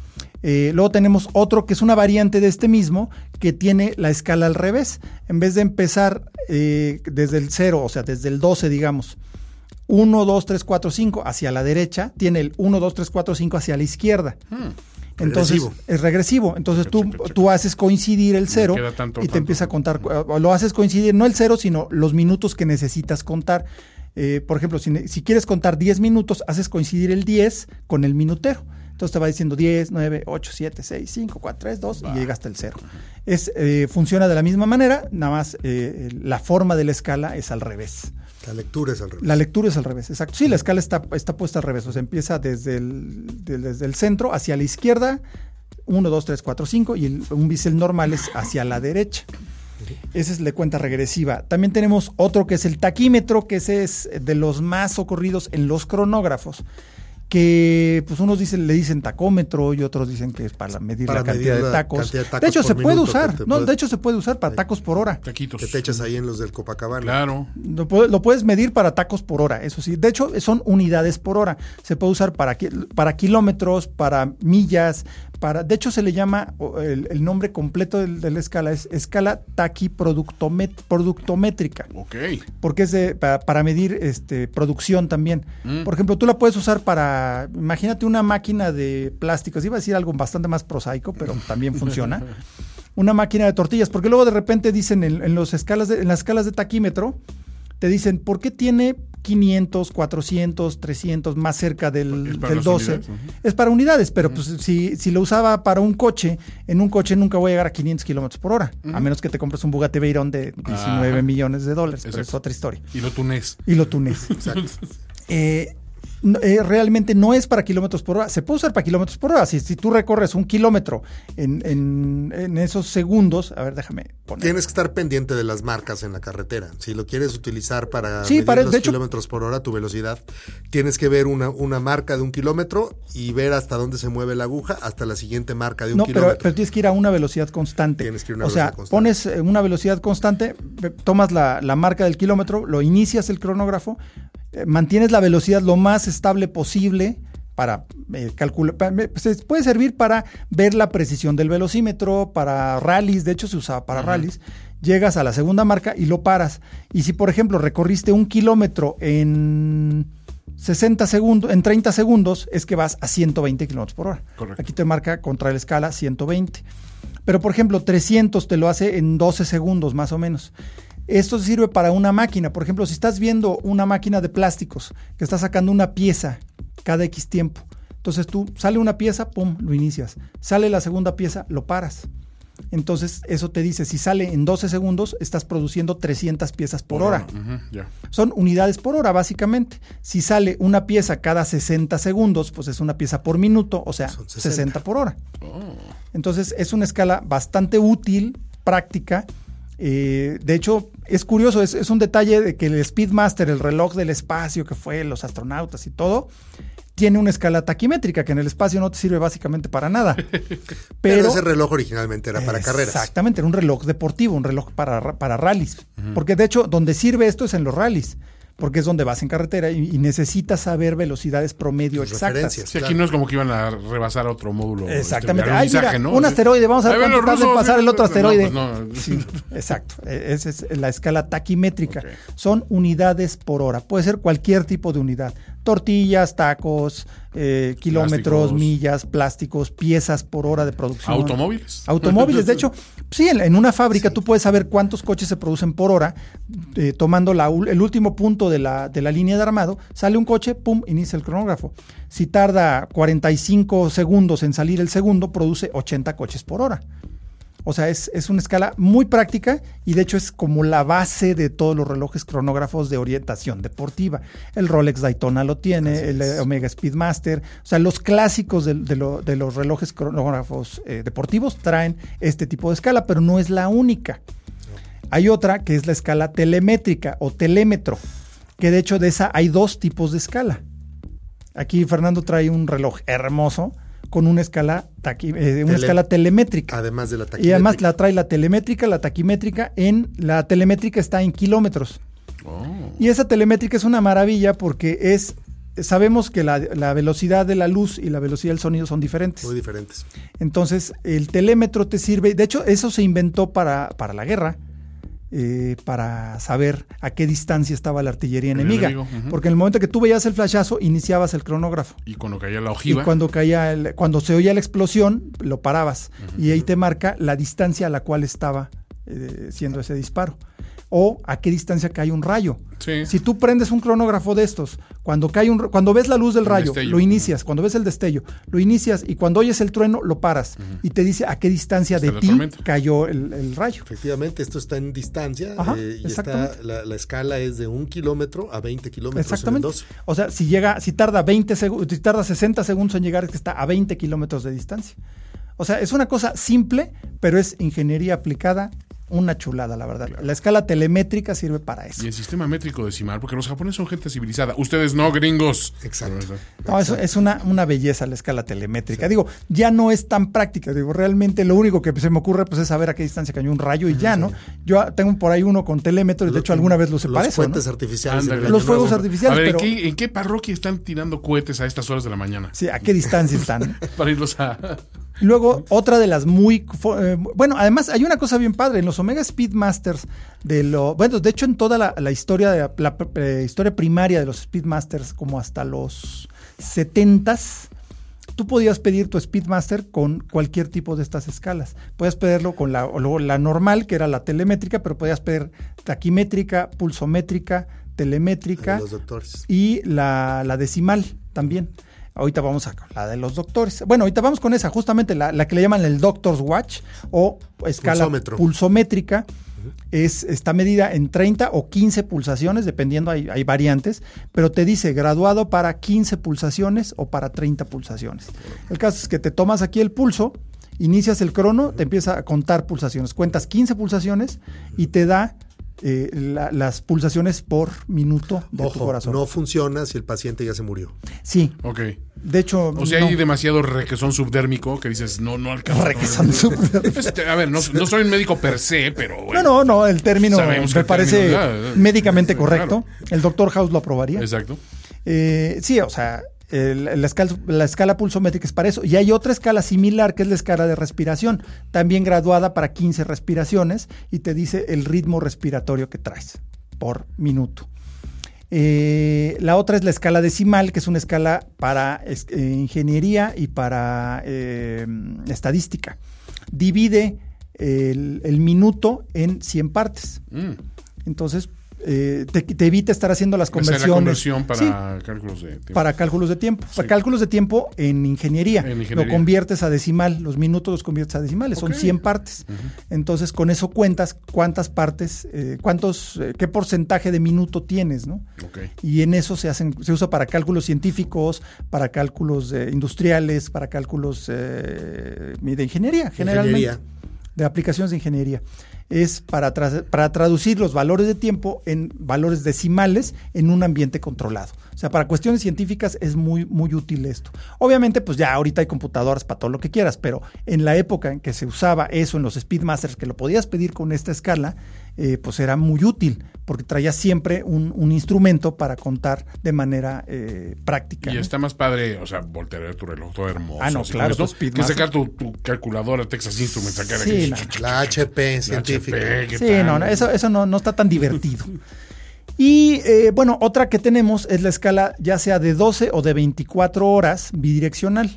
[SPEAKER 2] Eh, luego tenemos otro que es una variante de este mismo que tiene la escala al revés. En vez de empezar eh, desde el cero, o sea, desde el doce, digamos, uno, dos, tres, cuatro, cinco hacia la derecha, tiene el uno, dos, tres, cuatro, cinco hacia la izquierda. Hmm. Entonces
[SPEAKER 4] regresivo.
[SPEAKER 2] Es regresivo. Entonces tú, tú haces coincidir el cero tanto, y te tanto, empieza a contar. Lo haces coincidir, no el cero, sino los minutos que necesitas contar. Eh, por ejemplo, si, si quieres contar diez minutos, haces coincidir el diez con el minutero. Entonces te va diciendo diez, nueve, ocho, siete, seis, cinco, cuatro, tres, dos bah. y llega hasta el cero. Es, eh, funciona de la misma manera, nada más eh, la forma de la escala es al revés.
[SPEAKER 4] La lectura es al revés.
[SPEAKER 2] La lectura es al revés, exacto. Sí, la escala está, está puesta al revés, o sea, empieza desde el, de, desde el centro hacia la izquierda, uno, dos, tres, cuatro, cinco, y el, un bisel normal es hacia la derecha. Esa es la cuenta regresiva. También tenemos otro que es el taquímetro, que ese es de los más socorridos en los cronógrafos, que pues unos dicen, le dicen tacómetro y otros dicen que es para medir
[SPEAKER 4] para
[SPEAKER 2] la cantidad
[SPEAKER 4] medir
[SPEAKER 2] de tacos.
[SPEAKER 4] Cantidad de, tacos
[SPEAKER 2] de hecho se puede usar, no,
[SPEAKER 4] puedes...
[SPEAKER 2] de hecho se puede usar para tacos por hora.
[SPEAKER 3] Taquitos.
[SPEAKER 4] Que te echas ahí en los del Copacabana.
[SPEAKER 3] Claro.
[SPEAKER 2] Lo, lo puedes medir para tacos por hora, eso sí. De hecho son unidades por hora. Se puede usar para, para kilómetros, para millas, para. De hecho se le llama el, el nombre completo de, de la escala es escala taquiproductométrica.
[SPEAKER 3] Ok.
[SPEAKER 2] Porque es de, para, para medir este producción también. Mm. Por ejemplo, tú la puedes usar para, imagínate una máquina de plásticos, iba a decir algo bastante más prosaico, pero también funciona. Una máquina de tortillas, porque luego de repente dicen en, en, los escalas de, en las escalas de taquímetro, te dicen, ¿por qué tiene quinientos, cuatrocientos, trescientos más cerca del, del doce? Uh-huh. Es para unidades, pero uh-huh. pues si, si lo usaba para un coche, en un coche nunca voy a llegar a quinientos kilómetros por hora, uh-huh. a menos que te compres un Bugatti Veyron de diecinueve uh-huh. millones de dólares, pero es otra historia.
[SPEAKER 3] Y lo tunés.
[SPEAKER 2] Y lo tunés. Exacto. eh, No, eh, realmente no es para kilómetros por hora, se puede usar para kilómetros por hora. Si, si tú recorres un kilómetro en, en, en esos segundos, a ver, déjame poner.
[SPEAKER 4] Tienes que estar pendiente de las marcas en la carretera. Si lo quieres utilizar para
[SPEAKER 2] sí,
[SPEAKER 4] medir
[SPEAKER 2] para,
[SPEAKER 4] los
[SPEAKER 2] de hecho,
[SPEAKER 4] kilómetros por hora, tu velocidad, tienes que ver una, una marca de un kilómetro y ver hasta dónde se mueve la aguja hasta la siguiente marca de un
[SPEAKER 2] no,
[SPEAKER 4] kilómetro.
[SPEAKER 2] Pero, pero tienes que ir a una velocidad constante.
[SPEAKER 4] Tienes que ir a una
[SPEAKER 2] o
[SPEAKER 4] velocidad
[SPEAKER 2] sea,
[SPEAKER 4] constante.
[SPEAKER 2] pones una velocidad constante, tomas la, la marca del kilómetro, lo inicias el cronógrafo, eh, mantienes la velocidad lo más estable posible para eh, calcular, pues puede servir para ver la precisión del velocímetro, para rallies, de hecho se usaba para uh-huh. rallies. Llegas a la segunda marca y lo paras. Y si, por ejemplo, recorriste un kilómetro en sesenta segundos, en treinta segundos es que vas a ciento veinte kilómetros por hora.
[SPEAKER 3] Correcto.
[SPEAKER 2] Aquí te marca contra la escala ciento veinte. Pero, por ejemplo, trescientos te lo hace en doce segundos más o menos. Esto sirve para una máquina. Por ejemplo, si estás viendo una máquina de plásticos que está sacando una pieza cada X tiempo, entonces tú sale una pieza, pum, lo inicias. Sale la segunda pieza, lo paras. Entonces eso te dice, si sale en doce segundos, estás produciendo trescientas piezas por hora.
[SPEAKER 3] Uh-huh, yeah.
[SPEAKER 2] Son unidades por hora, básicamente. Si sale una pieza cada sesenta segundos, pues es una pieza por minuto, o sea, sesenta. sesenta por hora.
[SPEAKER 3] Oh.
[SPEAKER 2] Entonces es una escala bastante útil, práctica. Eh, de hecho, es curioso, es, es un detalle de que el Speedmaster, el reloj del espacio que fue los astronautas y todo, tiene una escala taquimétrica que en el espacio no te sirve básicamente para nada. Pero,
[SPEAKER 4] Pero ese reloj originalmente era para carreras.
[SPEAKER 2] Exactamente, era un reloj deportivo, un reloj para, para rallies. Uh-huh. Porque de hecho, donde sirve esto es en los rallies. Porque es donde vas en carretera y, y necesitas saber velocidades promedio
[SPEAKER 4] Tus
[SPEAKER 2] exactas.
[SPEAKER 3] Sí,
[SPEAKER 4] claro.
[SPEAKER 3] aquí no es como que iban a rebasar otro módulo.
[SPEAKER 2] Exactamente.
[SPEAKER 3] Este,
[SPEAKER 2] Ay, mira,
[SPEAKER 3] ¿no?
[SPEAKER 2] un asteroide, vamos a ver cuánto tarda en pasar el otro asteroide.
[SPEAKER 3] No, pues no.
[SPEAKER 2] Sí, exacto. Esa es la escala taquimétrica.
[SPEAKER 3] Okay.
[SPEAKER 2] Son unidades por hora. Puede ser cualquier tipo de unidad. Tortillas, tacos, eh, kilómetros, plásticos. millas, plásticos, piezas por hora de producción.
[SPEAKER 3] Automóviles.
[SPEAKER 2] Automóviles. De hecho, sí, en, en una fábrica sí. tú puedes saber cuántos coches se producen por hora, eh, tomando la, el último punto de la, de la línea de armado, sale un coche, pum, inicia el cronógrafo. Si tarda cuarenta y cinco segundos en salir el segundo, produce ochenta coches por hora. O sea, es, es una escala muy práctica y de hecho es como la base de todos los relojes cronógrafos de orientación deportiva. El Rolex Daytona lo tiene, el Omega Speedmaster. O sea, los clásicos de, de, lo, de los relojes cronógrafos eh, deportivos traen este tipo de escala, pero no es la única. No. Hay otra que es la escala telemétrica o telémetro, que de hecho de esa hay dos tipos de escala. Aquí Fernando trae un reloj hermoso con una escala taqui, eh, una Tele, escala telemétrica.
[SPEAKER 4] Además de la taquimétrica.
[SPEAKER 2] Y además la trae la telemétrica, la taquimétrica, en la telemétrica está en kilómetros. Oh. Y esa telemétrica es una maravilla porque es, sabemos que la, la velocidad de la luz y la velocidad del sonido son diferentes.
[SPEAKER 4] Muy diferentes.
[SPEAKER 2] Entonces, el telémetro te sirve, de hecho, eso se inventó para, para la guerra. Eh, para saber a qué distancia estaba la artillería enemiga. Enemigo, uh-huh. Porque en el momento que tú veías el flashazo, iniciabas el cronógrafo.
[SPEAKER 3] Y cuando caía la ojiva.
[SPEAKER 2] Y cuando, caía el, cuando se oía la explosión, lo parabas. Uh-huh. Y ahí te marca la distancia a la cual estaba eh, siendo ese disparo. O a qué distancia cae un rayo.
[SPEAKER 3] Sí.
[SPEAKER 2] Si tú prendes un cronógrafo de estos, cuando cae un, cuando ves la luz del el rayo, destello. Lo inicias. Uh-huh. Cuando ves el destello, lo inicias y cuando oyes el trueno, lo paras. Uh-huh. Y te dice a qué distancia está de ti tormenta. Cayó el, el rayo.
[SPEAKER 4] Efectivamente, esto está en distancia. Ajá, eh, y está, la, la escala es de un kilómetro a veinte kilómetros.
[SPEAKER 2] Exactamente. En el o sea, si llega, si tarda veinte segundos, si tarda sesenta segundos en llegar, es que está a veinte kilómetros de distancia. O sea, es una cosa simple, pero es ingeniería aplicada. Una chulada, la verdad. Claro. La escala telemétrica sirve para eso.
[SPEAKER 3] Y el sistema métrico decimal, porque los japoneses son gente civilizada. Ustedes no, gringos.
[SPEAKER 4] Exacto.
[SPEAKER 2] No, eso es una, una belleza la escala telemétrica. Sí. Digo, ya no es tan práctica. Digo, realmente lo único que se me ocurre pues, es saber a qué distancia cayó un rayo y ya, sí. ¿no? Yo tengo por ahí uno con telémetro y de hecho alguna vez lo separé.
[SPEAKER 4] Los fuegos ¿no? artificiales.
[SPEAKER 2] Los fuegos nuevo. artificiales.
[SPEAKER 3] A ver,
[SPEAKER 2] pero...
[SPEAKER 3] ¿en, qué, ¿en qué parroquia están tirando cohetes a estas horas de la mañana?
[SPEAKER 2] Sí, ¿a qué distancia están?
[SPEAKER 3] Para irlos a...
[SPEAKER 2] Luego, otra de las muy... Eh, bueno, además hay una cosa bien padre. En los Omega Speedmasters, de lo bueno, de hecho en toda la, la historia de la, la eh, historia primaria de los Speedmasters, como hasta los setentas, tú podías pedir tu Speedmaster con cualquier tipo de estas escalas. Podías pedirlo con la, la normal, que era la telemétrica, pero podías pedir taquimétrica, pulsométrica, telemétrica
[SPEAKER 4] los doctores.
[SPEAKER 2] Y la, la decimal también. Ahorita vamos a la de los doctores. Bueno, ahorita vamos con esa, justamente la, la que le llaman el Doctor's Watch o escala
[SPEAKER 4] Pulsómetro.
[SPEAKER 2] pulsométrica. Uh-huh. Es, está medida en treinta o quince pulsaciones, dependiendo, hay, hay variantes, pero te dice graduado para quince pulsaciones o para treinta pulsaciones. El caso es que te tomas aquí el pulso, inicias el crono, te empieza a contar pulsaciones. Cuentas quince pulsaciones y te da Eh, la, las pulsaciones por minuto de
[SPEAKER 4] Ojo,
[SPEAKER 2] tu corazón.
[SPEAKER 4] No funciona si el paciente ya se murió.
[SPEAKER 2] Sí.
[SPEAKER 3] Ok.
[SPEAKER 2] De hecho,
[SPEAKER 3] o sea,
[SPEAKER 2] no.
[SPEAKER 3] hay demasiado requesón subdérmico que dices, no, no alcanza.
[SPEAKER 2] Requesón
[SPEAKER 3] no,
[SPEAKER 2] subdérmico.
[SPEAKER 3] A ver, no, no soy un médico per se, pero bueno.
[SPEAKER 2] No, no, no, el término me
[SPEAKER 3] el
[SPEAKER 2] parece
[SPEAKER 3] término, ya,
[SPEAKER 2] médicamente
[SPEAKER 3] ya,
[SPEAKER 2] correcto.
[SPEAKER 3] Claro.
[SPEAKER 2] El doctor House lo aprobaría.
[SPEAKER 3] Exacto.
[SPEAKER 2] Eh, sí, o sea, el, la, escala, la escala pulsométrica es para eso. Y hay otra escala similar que es la escala de respiración, también graduada para quince respiraciones y te dice el ritmo respiratorio que traes por minuto. Eh, la otra es la escala decimal, que es una escala para eh, ingeniería y para eh, estadística. Divide el, el minuto en cien partes. Mm. Entonces, eh, te, te evita estar haciendo las conversiones.
[SPEAKER 3] La conversión para
[SPEAKER 2] sí,
[SPEAKER 3] cálculos de tiempo.
[SPEAKER 2] Para cálculos de tiempo. Sí. Para cálculos de tiempo en ingeniería. En ingeniería. Lo conviertes a decimal. Los minutos los conviertes a decimales. Okay. Son cien partes. Uh-huh. Entonces, con eso cuentas cuántas partes, eh, cuántos, eh, qué porcentaje de minuto tienes, ¿no? Okay. Y en eso se hacen, se usa para cálculos científicos, para cálculos eh, industriales, para cálculos eh, de ingeniería, generalmente. Ingeniería. De aplicaciones de ingeniería. Es para, tra- para traducir los valores de tiempo en valores decimales en un ambiente controlado. O sea, para cuestiones científicas es muy, muy útil esto. Obviamente, pues ya ahorita hay computadoras para todo lo que quieras, pero en la época en que se usaba eso en los Speedmasters, que lo podías pedir con esta escala, eh, pues era muy útil, porque traía siempre un, un instrumento para contar de manera eh, práctica.
[SPEAKER 3] Y
[SPEAKER 2] ¿no?
[SPEAKER 3] Está más padre, o sea, voltear a ver tu reloj todo hermoso.
[SPEAKER 2] Ah, no, claro.
[SPEAKER 3] Esto, que sacar tu, tu calculadora Texas Instruments. Sacar
[SPEAKER 2] sí,
[SPEAKER 3] aquí,
[SPEAKER 2] no.
[SPEAKER 4] La H P científica.
[SPEAKER 3] H P,
[SPEAKER 2] sí, tal? no, no, eso, eso no, no está tan divertido. Y eh, bueno, otra que tenemos es la escala ya sea de doce o de veinticuatro horas bidireccional.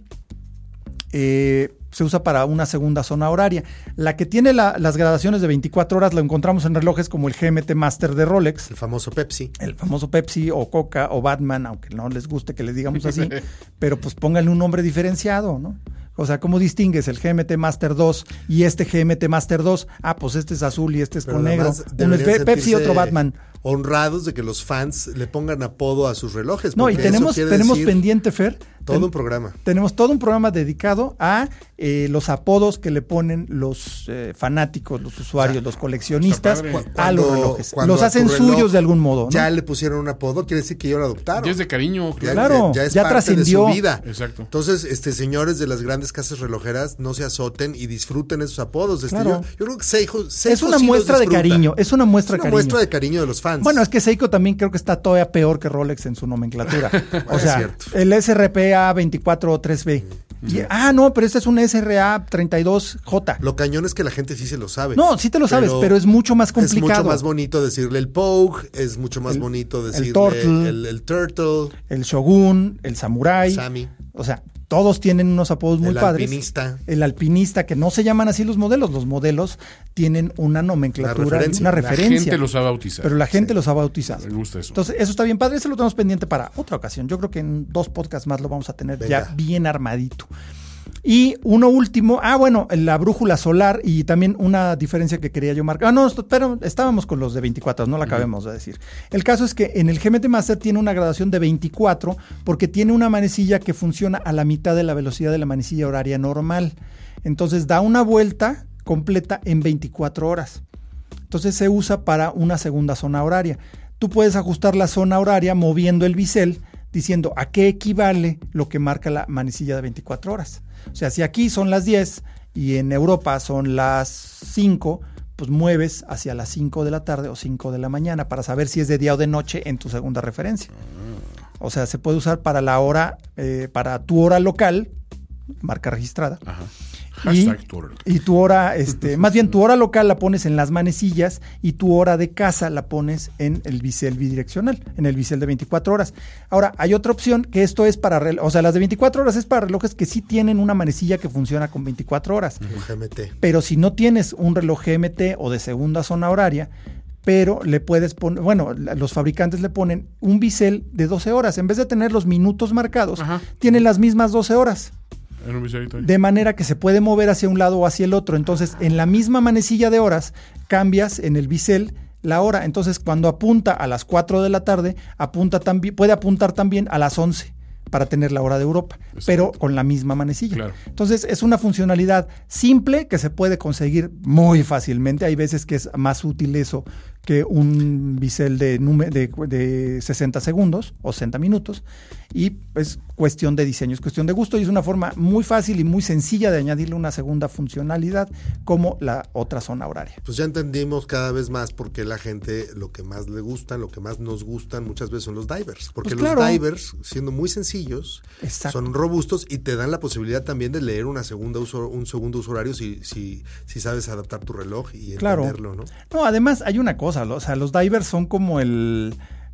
[SPEAKER 2] Eh, se usa para una segunda zona horaria. La que tiene la, las gradaciones de veinticuatro horas la encontramos en relojes como el G M T Master de Rolex.
[SPEAKER 4] El famoso Pepsi.
[SPEAKER 2] El famoso Pepsi o Coca o Batman, aunque no les guste que les digamos así, pero pues pónganle un nombre diferenciado, ¿no? O sea, ¿cómo distingues el G M T Master dos y este G M T Master dos? Ah, pues este es azul y este es pero con negro. Uno es Pepsi y otro Batman.
[SPEAKER 4] Honrados de que los fans le pongan apodo a sus relojes.
[SPEAKER 2] No, y tenemos, tenemos pendiente, Fer.
[SPEAKER 4] Todo
[SPEAKER 2] ten,
[SPEAKER 4] un programa.
[SPEAKER 2] Tenemos todo un programa dedicado a eh, los apodos que le ponen los eh, fanáticos, los usuarios, o sea, los coleccionistas cuando, a los relojes. Los hacen suyos de algún modo, ¿no?
[SPEAKER 4] Ya le pusieron un apodo, quiere decir que ya lo adoptaron.
[SPEAKER 3] Ya es de cariño.
[SPEAKER 2] Ya, claro, ya, ya es ya parte trascendió.
[SPEAKER 4] De su vida.
[SPEAKER 3] Exacto.
[SPEAKER 4] Entonces, este señores de las grandes casas relojeras, no se azoten y disfruten esos apodos. Este,
[SPEAKER 2] claro.
[SPEAKER 4] yo, yo creo que Seiko, Seiko
[SPEAKER 2] es una
[SPEAKER 4] sí
[SPEAKER 2] muestra de cariño. Es una muestra
[SPEAKER 4] es una
[SPEAKER 2] de cariño.
[SPEAKER 4] muestra de cariño de los fans.
[SPEAKER 2] Bueno, es que Seiko también creo que está todavía peor que Rolex en su nomenclatura.
[SPEAKER 4] Bueno,
[SPEAKER 2] o sea, el S R P A veinticuatro o tres B. Y, ah, no, pero este es un S R A treinta y dos J.
[SPEAKER 4] Lo cañón es que la gente sí se lo sabe.
[SPEAKER 2] No, sí te lo sabes, pero, pero es mucho más complicado.
[SPEAKER 4] Es mucho más bonito decirle el Pogue, es mucho más el, bonito decirle
[SPEAKER 2] el Turtle,
[SPEAKER 4] el, el Turtle,
[SPEAKER 2] el Shogun, el Samurai.
[SPEAKER 4] El Sami.
[SPEAKER 2] O sea, todos tienen unos apodos muy
[SPEAKER 4] el
[SPEAKER 2] padres.
[SPEAKER 4] El alpinista.
[SPEAKER 2] El alpinista, que no se llaman así los modelos. Los modelos tienen una nomenclatura, una referencia. Una referencia
[SPEAKER 3] la gente los ha bautizado.
[SPEAKER 2] Pero la gente sí. los ha bautizado.
[SPEAKER 3] Me gusta eso.
[SPEAKER 2] Entonces, eso está bien padre. Eso lo tenemos pendiente para otra ocasión. Yo creo que en dos podcasts más lo vamos a tener Venga. ya bien armadito. Y uno último, ah, bueno, la brújula solar y también una diferencia que quería yo marcar. Ah, no, pero estábamos con los de veinticuatro, no la acabemos uh-huh. de decir. El caso es que en el G M T Master tiene una gradación de veinticuatro porque tiene una manecilla que funciona a la mitad de la velocidad de la manecilla horaria normal. Entonces da una vuelta completa en veinticuatro horas. Entonces se usa para una segunda zona horaria. Tú puedes ajustar la zona horaria moviendo el bisel diciendo a qué equivale lo que marca la manecilla de veinticuatro horas. O sea, si aquí son las diez y en Europa son las cinco, pues mueves hacia las cinco de la tarde o cinco de la mañana para saber si es de día o de noche en tu segunda referencia. O sea, se puede usar para la hora, eh, para tu hora local, marca registrada.
[SPEAKER 3] Ajá.
[SPEAKER 2] Y, y tu hora, este, más bien tu hora local la pones en las manecillas y tu hora de casa la pones en el bisel bidireccional, en el bisel de veinticuatro horas. Ahora, hay otra opción que esto es para, o sea, las de veinticuatro horas es para relojes que sí tienen una manecilla que funciona con veinticuatro horas.
[SPEAKER 4] Un G M T.
[SPEAKER 2] Pero si no tienes un reloj G M T o de segunda zona horaria, pero le puedes poner, bueno, los fabricantes le ponen un bisel de doce horas. En vez de tener los minutos marcados, Ajá. tienen las mismas doce horas.
[SPEAKER 3] En un biselito.
[SPEAKER 2] De manera que se puede mover hacia un lado o hacia el otro. Entonces, en la misma manecilla de horas, cambias en el bisel la hora. Entonces, cuando apunta a las cuatro de la tarde, apunta también, puede apuntar también a las once para tener la hora de Europa, Exacto. pero con la misma manecilla. Claro. Entonces, es una funcionalidad simple que se puede conseguir muy fácilmente. Hay veces que es más útil eso que un bisel de, de, de sesenta segundos o sesenta minutos, y es cuestión de diseño, es cuestión de gusto, y es una forma muy fácil y muy sencilla de añadirle una segunda funcionalidad como la otra zona horaria.
[SPEAKER 4] Pues ya entendimos cada vez más por qué la gente lo que más le gusta, lo que más nos gustan muchas veces son los divers, porque pues claro. los divers, siendo muy sencillos, Exacto. son robustos y te dan la posibilidad también de leer una segunda uso, un segundo uso horario si, si, si sabes adaptar tu reloj y
[SPEAKER 2] claro.
[SPEAKER 4] entenderlo, ¿no?
[SPEAKER 2] No, además hay una cosa, o sea, los divers son como el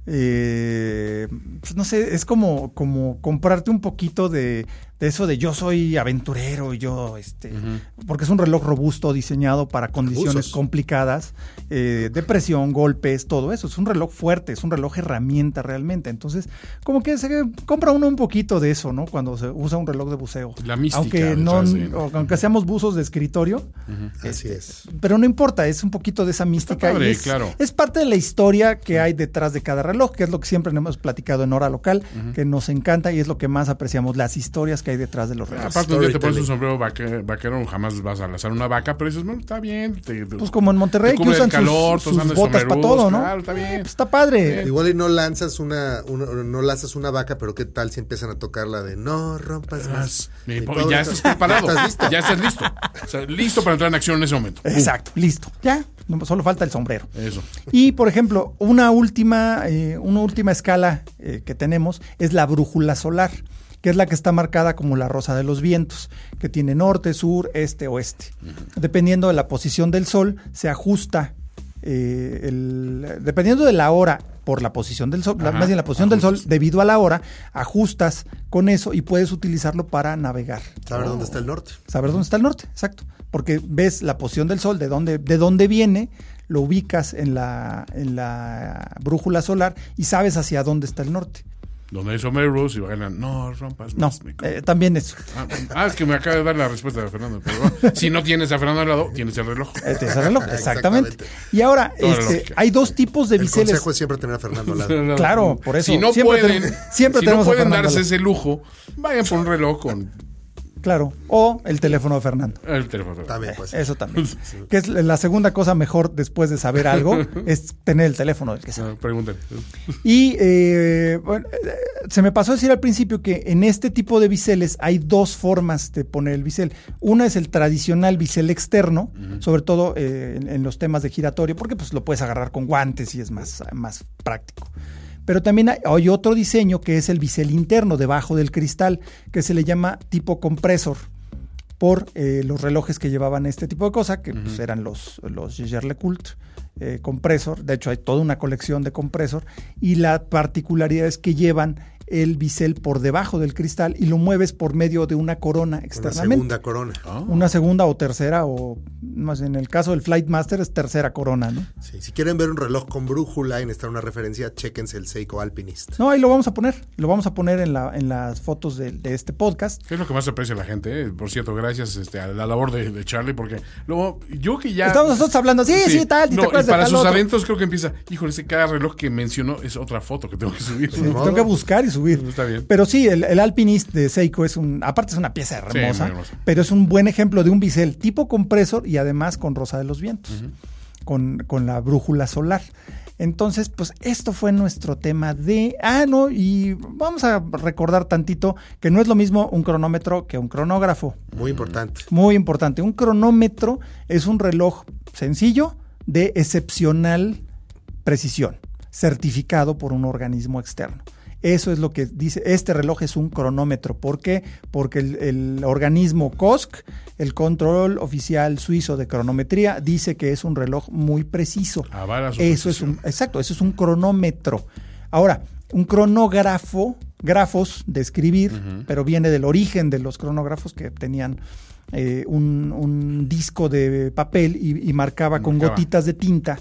[SPEAKER 2] eh, pues no sé, es como, como comprarte un poquito de, de eso de yo soy aventurero y yo, este, uh-huh. porque es un reloj robusto diseñado para condiciones
[SPEAKER 4] Abusos.
[SPEAKER 2] complicadas, eh, depresión, golpes, todo eso. Es un reloj fuerte, es un reloj herramienta realmente. Entonces, como que se compra uno un poquito de eso, ¿no? Cuando se usa un reloj de buceo.
[SPEAKER 3] La mística.
[SPEAKER 2] Aunque, no,
[SPEAKER 3] detrás de-
[SPEAKER 2] o- aunque seamos buzos de escritorio,
[SPEAKER 3] Ujú.
[SPEAKER 4] Así es.
[SPEAKER 2] pero no importa, es un poquito de esa mística.
[SPEAKER 3] padre,
[SPEAKER 2] y es,
[SPEAKER 3] claro.
[SPEAKER 2] es parte de la historia que hay detrás de cada reloj, que es lo que siempre hemos platicado en Hora Local, uh-huh. que nos encanta y es lo que más apreciamos, las historias que hay detrás de los relojes.
[SPEAKER 3] Aparte, un día te pones un
[SPEAKER 4] Storytelling.
[SPEAKER 3] sombrero vaque- vaquero, jamás vas a lanzar una vaca, pero dices, bueno, está bien. Te, te-
[SPEAKER 2] Pues como en Monterrey,
[SPEAKER 3] te
[SPEAKER 2] que
[SPEAKER 3] cubre
[SPEAKER 2] usan
[SPEAKER 3] el calor,
[SPEAKER 2] sus,
[SPEAKER 3] todos
[SPEAKER 2] sus
[SPEAKER 3] andan
[SPEAKER 2] botas para
[SPEAKER 3] sombrerudos,
[SPEAKER 2] todo, ¿no?
[SPEAKER 3] Claro, está bien.
[SPEAKER 2] Eh, pues está padre.
[SPEAKER 4] Igual y no lanzas una, una- no lanzas una vaca, pero qué tal si empiezan a tocar la de no rompas más.
[SPEAKER 3] Y,
[SPEAKER 4] Y
[SPEAKER 3] po-
[SPEAKER 4] todo
[SPEAKER 3] ya
[SPEAKER 4] esto-
[SPEAKER 3] estás preparado.
[SPEAKER 4] ¿Estás listo?
[SPEAKER 3] Ya estás listo. O sea, listo para entrar en acción en ese momento.
[SPEAKER 2] Exacto, listo. Ya, no, solo falta el sombrero.
[SPEAKER 3] Eso.
[SPEAKER 2] Y, por ejemplo, una última, eh, una última escala eh, que tenemos es la brújula solar, que es la que está marcada como la rosa de los vientos, que tiene norte, sur, este, oeste. Dependiendo de la posición del sol, se ajusta, eh, el, dependiendo de la hora por la posición del sol, la-
[SPEAKER 3] Ajá,
[SPEAKER 2] más bien la posición del sol,
[SPEAKER 3] ajustas.
[SPEAKER 2] debido a la hora, ajustas con eso y puedes utilizarlo para navegar.
[SPEAKER 4] Saber dónde está el norte.
[SPEAKER 2] Saber dónde está el norte, exacto. Porque ves la posición del sol, de dónde, de dónde viene, lo ubicas en la, en la brújula solar y sabes hacia dónde está el norte.
[SPEAKER 3] Donde hay sombreros y bailan, no rompas
[SPEAKER 2] No,
[SPEAKER 3] más. mi co-".
[SPEAKER 2] eh, también eso.
[SPEAKER 3] Ah, ah, es que me acaba de dar la respuesta de Fernando. Pero bueno, si no tienes a Fernando al lado, tienes el reloj.
[SPEAKER 2] Este es el reloj, exactamente.
[SPEAKER 4] Exactamente.
[SPEAKER 2] Y ahora,
[SPEAKER 3] Toda la
[SPEAKER 2] este,
[SPEAKER 3] lógica.
[SPEAKER 2] hay dos tipos de
[SPEAKER 4] El
[SPEAKER 2] biseles.
[SPEAKER 4] consejo es siempre tener a Fernando al lado.
[SPEAKER 2] Claro, por eso.
[SPEAKER 3] Si no
[SPEAKER 2] Siempre
[SPEAKER 3] pueden,
[SPEAKER 2] tenemos- siempre
[SPEAKER 3] si
[SPEAKER 2] tenemos
[SPEAKER 3] no
[SPEAKER 2] a
[SPEAKER 3] pueden
[SPEAKER 2] Fernando
[SPEAKER 3] darse
[SPEAKER 2] al lado.
[SPEAKER 3] ese lujo, vayan por un reloj con
[SPEAKER 2] Claro, o el teléfono de Fernando.
[SPEAKER 3] el teléfono.
[SPEAKER 4] También, pues.
[SPEAKER 2] Eso también. Que es la segunda cosa mejor después de saber algo, es tener el teléfono del que sabe.
[SPEAKER 3] Ah, pregúntale.
[SPEAKER 2] Y eh, bueno, eh, se me pasó a decir al principio que en este tipo de biseles hay dos formas de poner el bisel. Una es el tradicional bisel externo, uh-huh. sobre todo eh, en, en los temas de giratorio, porque pues lo puedes agarrar con guantes y es más, más práctico. Pero también hay, hay otro diseño que es el bisel interno, debajo del cristal, que se le llama tipo compresor, por eh, los relojes que llevaban este tipo de cosa, que uh-huh. pues, eran los, los Jaeger-LeCoultre eh, compresor. De hecho, hay toda una colección de compresor. Y la particularidad es que llevan el bisel por debajo del cristal y lo mueves por medio de una corona externamente.
[SPEAKER 4] Una segunda corona.
[SPEAKER 3] Oh.
[SPEAKER 2] Una segunda o tercera, o más en el caso del Flightmaster es tercera corona, ¿no?
[SPEAKER 4] Sí, si quieren ver un reloj con brújula y necesitar una referencia, chéquense el Seiko Alpinist.
[SPEAKER 2] No, ahí lo vamos a poner. Lo vamos a poner en, la, en las fotos de, de este podcast.
[SPEAKER 3] ¿Qué es lo que más aprecia la gente? eh? Por cierto, gracias este, a la labor de, de Charlie, porque luego yo que ya...
[SPEAKER 2] Estamos nosotros hablando, sí, sí, sí tal, y
[SPEAKER 3] no,
[SPEAKER 2] te acuerdas
[SPEAKER 3] y para
[SPEAKER 2] de tal
[SPEAKER 3] sus
[SPEAKER 2] otro.
[SPEAKER 3] adentros creo que empieza, híjole, ese cada reloj que mencionó es otra foto que tengo que subir.
[SPEAKER 2] Sí, tengo que buscar y subir.
[SPEAKER 3] Está bien.
[SPEAKER 2] Pero sí, el, el Alpinist de Seiko es un, aparte es una pieza hermosa,
[SPEAKER 3] muy hermosa.
[SPEAKER 2] pero es un buen ejemplo de un bisel tipo compresor y además con rosa de los vientos, uh-huh. con, con la brújula solar. Entonces, pues esto fue nuestro tema de... Ah, no, y vamos a recordar tantito que no es lo mismo un cronómetro que un cronógrafo.
[SPEAKER 4] Muy importante.
[SPEAKER 2] Muy importante. Un cronómetro es un reloj sencillo de excepcional precisión, certificado por un organismo externo. Eso es lo que dice, este reloj es un cronómetro. ¿Por qué? Porque el, el organismo C O S C, el Control Oficial Suizo de Cronometría, dice que es un reloj muy preciso.
[SPEAKER 3] Avala su
[SPEAKER 2] Eso es un, exacto, eso es un cronómetro. Ahora, un cronógrafo, grafos de escribir, uh-huh. pero viene del origen de los cronógrafos que tenían eh, un, un disco de papel y, y marcaba con
[SPEAKER 3] Marcaba.
[SPEAKER 2] gotitas de tinta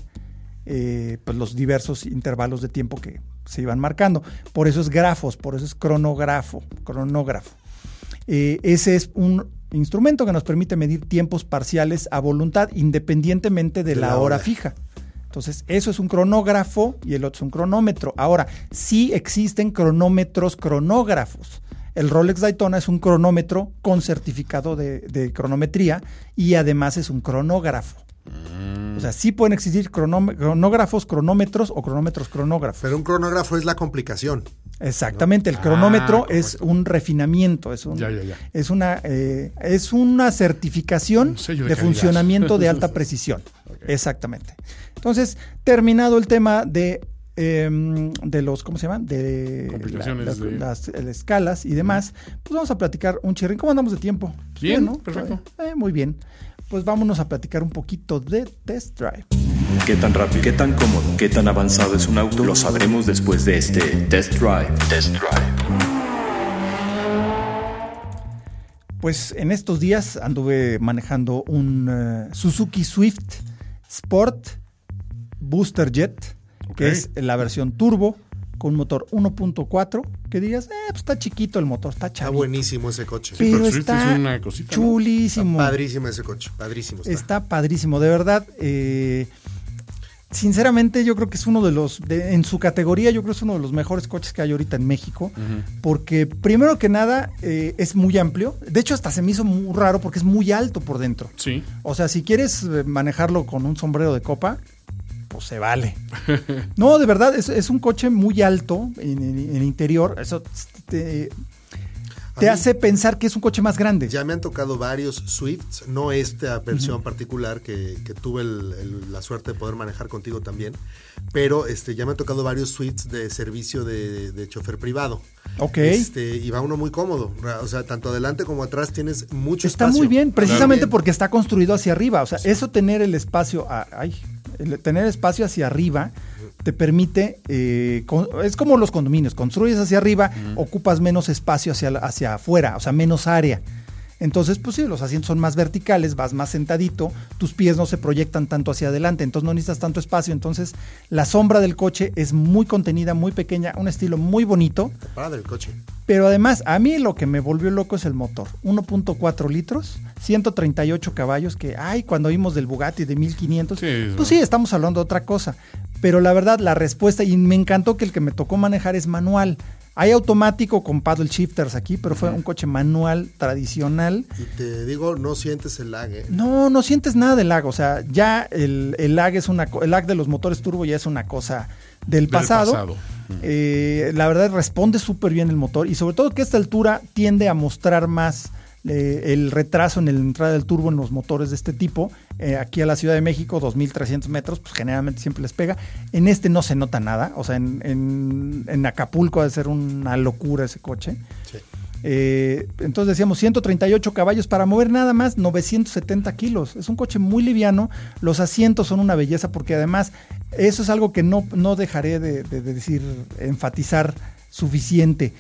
[SPEAKER 2] eh, pues los diversos intervalos de tiempo que se iban marcando. Por eso es grafos, por eso es cronógrafo, cronógrafo. Eh, ese es un instrumento que nos permite medir tiempos parciales a voluntad, independientemente de, de la, la hora. hora fija. Entonces, eso es un cronógrafo y el otro es un cronómetro. Ahora, sí existen cronómetros cronógrafos. El Rolex Daytona es un cronómetro con certificado de, de cronometría y además es un cronógrafo. Mm. O sea, sí pueden existir cronó- cronógrafos, cronómetros o cronómetros cronógrafos.
[SPEAKER 4] Pero un cronógrafo es la complicación.
[SPEAKER 2] Exactamente, ¿no? El cronómetro ah, es un refinamiento, es, un,
[SPEAKER 3] ya, ya, ya.
[SPEAKER 2] es, una, eh, es una certificación
[SPEAKER 3] de,
[SPEAKER 2] de funcionamiento de alta precisión. Okay. Exactamente. Entonces, terminado el tema de, eh, de los, ¿cómo se llaman? De,
[SPEAKER 3] complicaciones
[SPEAKER 2] la, las,
[SPEAKER 3] de...
[SPEAKER 2] Las, las escalas y demás, pues vamos a platicar un chirrín. ¿Cómo andamos de tiempo?
[SPEAKER 3] Bien,
[SPEAKER 2] bien, ¿no?
[SPEAKER 3] Perfecto.
[SPEAKER 2] Eh, muy bien. Pues vámonos a platicar un poquito de Test Drive.
[SPEAKER 5] ¿Qué tan rápido? ¿Qué tan cómodo? ¿Qué tan avanzado es un auto? Lo sabremos después de este Test Drive. Test Drive.
[SPEAKER 2] Pues en estos días anduve manejando un uh, Suzuki Swift Sport Booster Jet, okay, que es la versión turbo con motor uno punto cuatro, que digas, eh, pues está chiquito el motor, está chavito.
[SPEAKER 4] Está buenísimo ese coche.
[SPEAKER 2] Pero,
[SPEAKER 3] pero
[SPEAKER 2] está
[SPEAKER 3] es una cosita,
[SPEAKER 2] chulísimo.
[SPEAKER 4] ¿no? Está padrísimo ese coche, padrísimo. Está,
[SPEAKER 2] está padrísimo, de verdad. Eh, sinceramente yo creo que es uno de los, de, en su categoría, yo creo que es uno de los mejores coches que hay ahorita en México, uh-huh, porque primero que nada eh, es muy amplio. De hecho hasta se me hizo muy raro porque es muy alto por dentro.
[SPEAKER 3] Sí.
[SPEAKER 2] O sea, si quieres manejarlo con un sombrero de copa, pues se vale. No, de verdad, es, es un coche muy alto en el interior. Eso te, te hace pensar que es un coche más grande.
[SPEAKER 4] Ya me han tocado varios Swifts, no esta versión uh-huh. particular que, que tuve el, el, la suerte de poder manejar contigo también, pero este, ya me han tocado varios Swifts de servicio de, de chofer privado.
[SPEAKER 2] Ok.
[SPEAKER 4] Este, y va uno muy cómodo. O sea, tanto adelante como atrás tienes mucho
[SPEAKER 2] está
[SPEAKER 4] espacio.
[SPEAKER 2] Está muy bien, precisamente
[SPEAKER 4] bien.
[SPEAKER 2] Porque está construido hacia arriba. O sea, sí. eso tener el espacio... A, ay, el tener espacio hacia arriba te permite, eh, con, es como los condominios, construyes hacia arriba, uh-huh. ocupas menos espacio hacia, hacia afuera, o sea, menos área. Entonces, pues sí, los asientos son más verticales, vas más sentadito, tus pies no se proyectan tanto hacia adelante, entonces no necesitas tanto espacio. Entonces, la sombra del coche es muy contenida, muy pequeña, un estilo muy bonito.
[SPEAKER 4] Está padre el coche.
[SPEAKER 2] Pero además, a mí lo que me volvió loco es el motor. uno punto cuatro litros, ciento treinta y ocho caballos, que, ay, cuando vimos del Bugatti de mil quinientos, sí, pues sí, estamos hablando de otra cosa. Pero la verdad, la respuesta, y me encantó que el que me tocó manejar es manual. Hay automático con paddle shifters aquí, pero fue un coche manual tradicional.
[SPEAKER 4] Y te digo, no sientes el lag, ¿eh?
[SPEAKER 2] No, no sientes nada del lag. O sea, ya el, el lag es una el lag de los motores turbo ya es una cosa del, del pasado. pasado. Eh, la verdad responde súper bien el motor y sobre todo que a esta altura tiende a mostrar más eh, el retraso en la entrada del turbo en los motores de este tipo. Eh, aquí a la Ciudad de México, dos mil trescientos metros, pues generalmente siempre les pega. En este no se nota nada, o sea, en, en, en Acapulco ha de ser una locura ese coche.
[SPEAKER 4] Sí.
[SPEAKER 2] Eh, entonces decíamos ciento treinta y ocho caballos para mover nada más novecientos setenta kilos. Es un coche muy liviano, los asientos son una belleza porque además eso es algo que no, no dejaré de, de, de decir, enfatizar suficiente.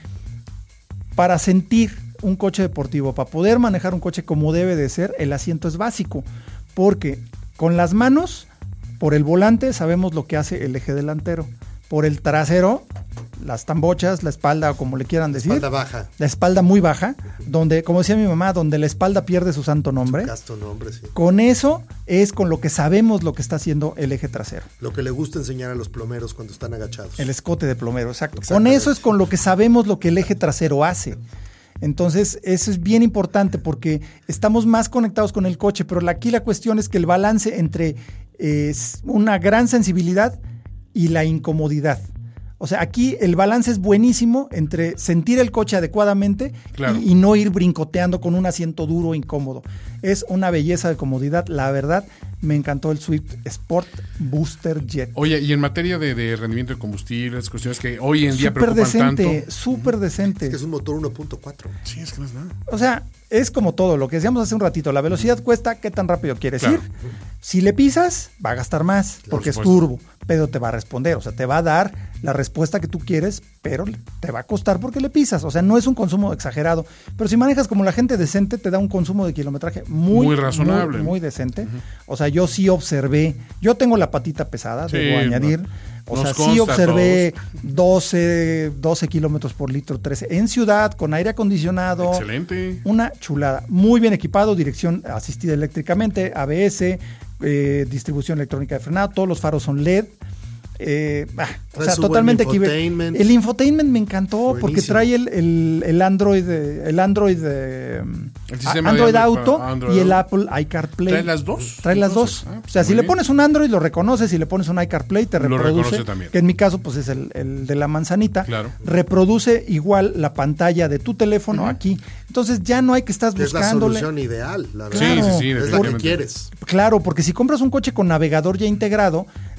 [SPEAKER 2] Para sentir un coche deportivo, para poder manejar un coche como debe de ser, el asiento es básico. Porque con las manos, por el volante, sabemos lo que hace el eje delantero. Por el trasero, las tambochas, la espalda, o como le quieran decir.
[SPEAKER 4] La espalda baja.
[SPEAKER 2] La espalda muy baja, donde, como decía mi mamá, donde la espalda pierde su santo nombre.
[SPEAKER 4] Su casto nombre, sí.
[SPEAKER 2] Con eso es con lo que sabemos lo que está haciendo el eje trasero.
[SPEAKER 4] Lo que le gusta enseñar a los plomeros cuando están agachados.
[SPEAKER 2] El escote de plomero, exacto. Con eso es con lo que sabemos lo que el eje trasero hace. Entonces, eso es bien importante porque estamos más conectados con el coche, pero aquí la cuestión es que el balance entre eh, una gran sensibilidad y la incomodidad. O sea, aquí el balance es buenísimo entre sentir el coche adecuadamente, claro, y, y no ir brincoteando con un asiento duro incómodo. Es una belleza de comodidad. La verdad, me encantó el Swift Sport Booster Jet.
[SPEAKER 3] Oye, y en materia de, de rendimiento de combustible, las cuestiones que hoy en día
[SPEAKER 2] super
[SPEAKER 3] preocupan
[SPEAKER 2] decente,
[SPEAKER 3] tanto.
[SPEAKER 2] Súper decente.
[SPEAKER 4] Es que es un motor uno punto cuatro.
[SPEAKER 3] Sí, es que no es nada.
[SPEAKER 2] O sea, es como todo, lo que decíamos hace un ratito. La velocidad cuesta, ¿qué tan rápido quieres
[SPEAKER 3] claro.
[SPEAKER 2] ir? Si le pisas, va a gastar más, claro, porque es turbo, pero te va a responder. O sea, te va a dar la respuesta que tú quieres, pero te va a costar porque le pisas. O sea, no es un consumo exagerado. Pero si manejas como la gente decente, te da un consumo de kilometraje muy,
[SPEAKER 3] muy razonable.
[SPEAKER 2] Muy, muy decente. Uh-huh. O sea, yo sí observé, yo tengo la patita pesada, sí, debo añadir. O sea, sí observé doce, doce kilómetros por litro, trece en ciudad, con aire acondicionado.
[SPEAKER 3] Excelente.
[SPEAKER 2] Una chulada. Muy bien equipado, dirección asistida eléctricamente, A B S, eh, distribución electrónica de frenado, todos los faros son L E D. Eh, ah, o sea, totalmente equivocado. El infotainment me encantó. Buenísimo. Porque trae el, el, el Android, el Android, el Android Auto Android, y el Apple iCarPlay.
[SPEAKER 3] ¿Trae las dos?
[SPEAKER 2] Trae las dos. Ah, pues o sea, si bien. Le pones un Android lo reconoce, si le pones un iCarPlay te
[SPEAKER 3] lo
[SPEAKER 2] reproduce.
[SPEAKER 3] También.
[SPEAKER 2] Que en mi caso pues es el, el de la manzanita.
[SPEAKER 3] Claro.
[SPEAKER 2] Reproduce igual la pantalla de tu teléfono uh-huh. aquí. Entonces ya no hay que estar buscándole.
[SPEAKER 4] Es la solución ideal, la verdad.
[SPEAKER 2] Claro,
[SPEAKER 3] sí, sí, sí.
[SPEAKER 4] Es la que quieres.
[SPEAKER 2] Claro, porque si compras un coche con navegador ya integrado,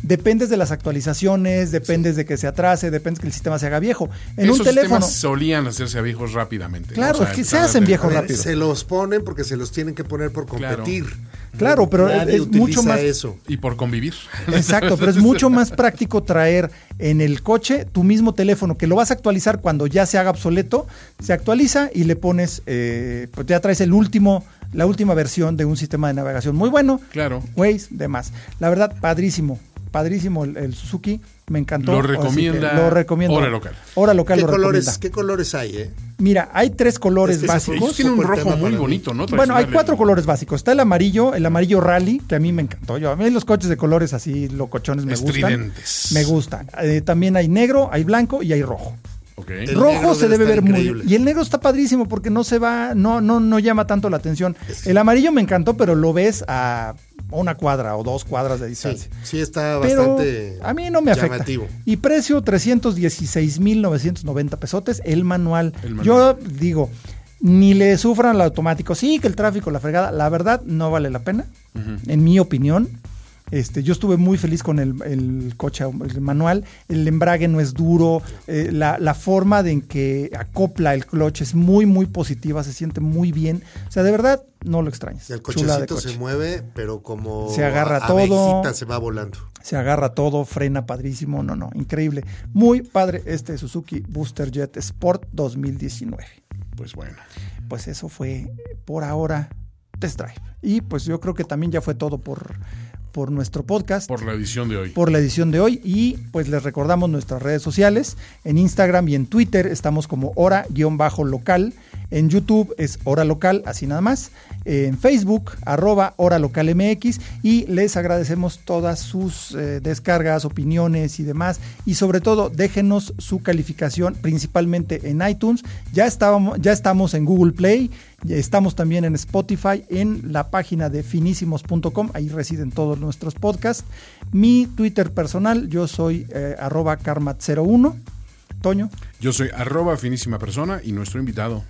[SPEAKER 2] dependes de las actualizaciones, dependes sí. de que se atrase, dependes que el sistema se haga viejo. En
[SPEAKER 3] Esos
[SPEAKER 2] un teléfono
[SPEAKER 3] solían hacerse viejos rápidamente.
[SPEAKER 2] Claro,
[SPEAKER 3] ¿no? O sea,
[SPEAKER 2] es que se hacen viejos
[SPEAKER 4] ver,
[SPEAKER 2] rápido.
[SPEAKER 4] Se los ponen porque se los tienen que poner por competir.
[SPEAKER 2] Claro. Claro, pero
[SPEAKER 4] Nadie
[SPEAKER 2] es mucho más
[SPEAKER 4] eso.
[SPEAKER 3] Y por convivir.
[SPEAKER 2] Exacto, pero es mucho más práctico traer en el coche tu mismo teléfono, que lo vas a actualizar cuando ya se haga obsoleto, se actualiza y le pones, eh, pues ya traes el último, la última versión de un sistema de navegación muy bueno.
[SPEAKER 3] Claro.
[SPEAKER 2] Waze, demás. La verdad, padrísimo, padrísimo el, el Suzuki. Me encantó.
[SPEAKER 3] Lo recomienda.
[SPEAKER 2] Lo recomiendo.
[SPEAKER 3] Hora Local.
[SPEAKER 2] Hora Local
[SPEAKER 4] ¿Qué
[SPEAKER 2] lo
[SPEAKER 4] colores,
[SPEAKER 2] recomienda.
[SPEAKER 4] ¿Qué colores hay, eh?
[SPEAKER 2] Mira, hay tres colores
[SPEAKER 4] Es que
[SPEAKER 2] básicos.
[SPEAKER 3] Ellos tienen un
[SPEAKER 4] Súper
[SPEAKER 3] rojo
[SPEAKER 4] tema
[SPEAKER 3] muy
[SPEAKER 4] para
[SPEAKER 3] bonito, ¿no?
[SPEAKER 2] Bueno, hay
[SPEAKER 3] Tradicional.
[SPEAKER 2] cuatro colores básicos. Está el amarillo, el amarillo rally, que a mí me encantó. Yo, a mí los coches de colores así locochones me gustan.
[SPEAKER 3] Estridentes.
[SPEAKER 2] Me gusta. Eh, también hay negro, hay blanco y hay rojo.
[SPEAKER 3] Okay.
[SPEAKER 4] El
[SPEAKER 2] Rojo
[SPEAKER 4] negro
[SPEAKER 2] se
[SPEAKER 4] debe
[SPEAKER 2] debe
[SPEAKER 4] estar
[SPEAKER 2] ver muy
[SPEAKER 4] increíble.
[SPEAKER 2] bien. Y el negro está padrísimo porque no se va, no, no, no llama tanto la atención.
[SPEAKER 4] Es-
[SPEAKER 2] El amarillo me encantó, pero lo ves a una cuadra o dos cuadras de
[SPEAKER 4] Sí,
[SPEAKER 2] distancia.
[SPEAKER 4] sí está
[SPEAKER 2] Pero
[SPEAKER 4] bastante
[SPEAKER 2] a mí no me afecta.
[SPEAKER 4] llamativo.
[SPEAKER 2] Y precio trescientos dieciséis mil novecientos noventa pesotes, el manual.
[SPEAKER 3] El manual.
[SPEAKER 2] Yo digo, ni le sufran al automático. Sí, que el tráfico, la fregada, la verdad no vale la pena, en mi opinión. Este, yo estuve muy feliz con el, el coche, el manual. El embrague no es duro. eh, la, la forma de en que acopla el clutch es muy, muy positiva. Se siente muy bien. O sea, de verdad, no lo extrañas.
[SPEAKER 4] El
[SPEAKER 2] Chula de
[SPEAKER 4] cochecito
[SPEAKER 2] coche.
[SPEAKER 4] se mueve, pero como
[SPEAKER 2] Se agarra
[SPEAKER 4] a-
[SPEAKER 2] todo.
[SPEAKER 4] abejita se va volando.
[SPEAKER 2] Se agarra todo, frena padrísimo. No, no, increíble. Muy padre este Suzuki Booster Jet Sport dos mil diecinueve.
[SPEAKER 3] Pues bueno.
[SPEAKER 2] Pues eso fue por ahora Test Drive. Y pues yo creo que también ya fue todo por, por nuestro podcast.
[SPEAKER 3] Por la edición de hoy.
[SPEAKER 2] por la edición de hoy y pues les recordamos nuestras redes sociales. En Instagram y en Twitter estamos como hora-local. En YouTube es Hora Local, así nada más. En Facebook, arroba Hora Local M X. Y les agradecemos todas sus eh, descargas, opiniones y demás. Y sobre todo, déjenos su calificación, principalmente en iTunes. Ya, estábamos, ya estamos en Google Play. Ya estamos también en Spotify, en la página de finísimos punto com. Ahí residen todos nuestros podcasts. Mi Twitter personal, yo soy eh, arroba karmat cero uno. Toño.
[SPEAKER 3] Yo soy arroba finísima persona y nuestro invitado.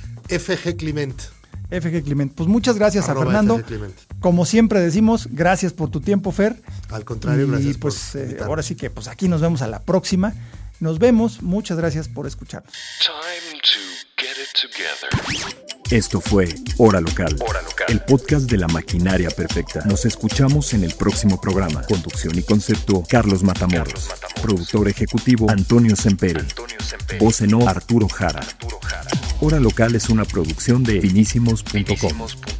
[SPEAKER 4] F G Clement.
[SPEAKER 2] F G Clement. Pues muchas gracias
[SPEAKER 4] Arroba
[SPEAKER 2] a Fernando.
[SPEAKER 4] F G Clement.
[SPEAKER 2] Como siempre decimos, gracias por tu tiempo, Fer.
[SPEAKER 4] Al contrario,
[SPEAKER 2] y
[SPEAKER 4] gracias
[SPEAKER 2] pues
[SPEAKER 4] por
[SPEAKER 2] eh,
[SPEAKER 4] invitarme.
[SPEAKER 2] ahora sí que pues aquí nos vemos a la próxima. Nos vemos. Muchas gracias por escucharnos.
[SPEAKER 6] Time to get it together.
[SPEAKER 1] Esto fue Hora Local, el podcast de la maquinaria perfecta. Nos escuchamos en el próximo programa. Conducción y concepto, Carlos Matamoros. Productor ejecutivo, Antonio Semperi. Voz en off, Arturo Jara. Hora Local es una producción de finísimos punto com.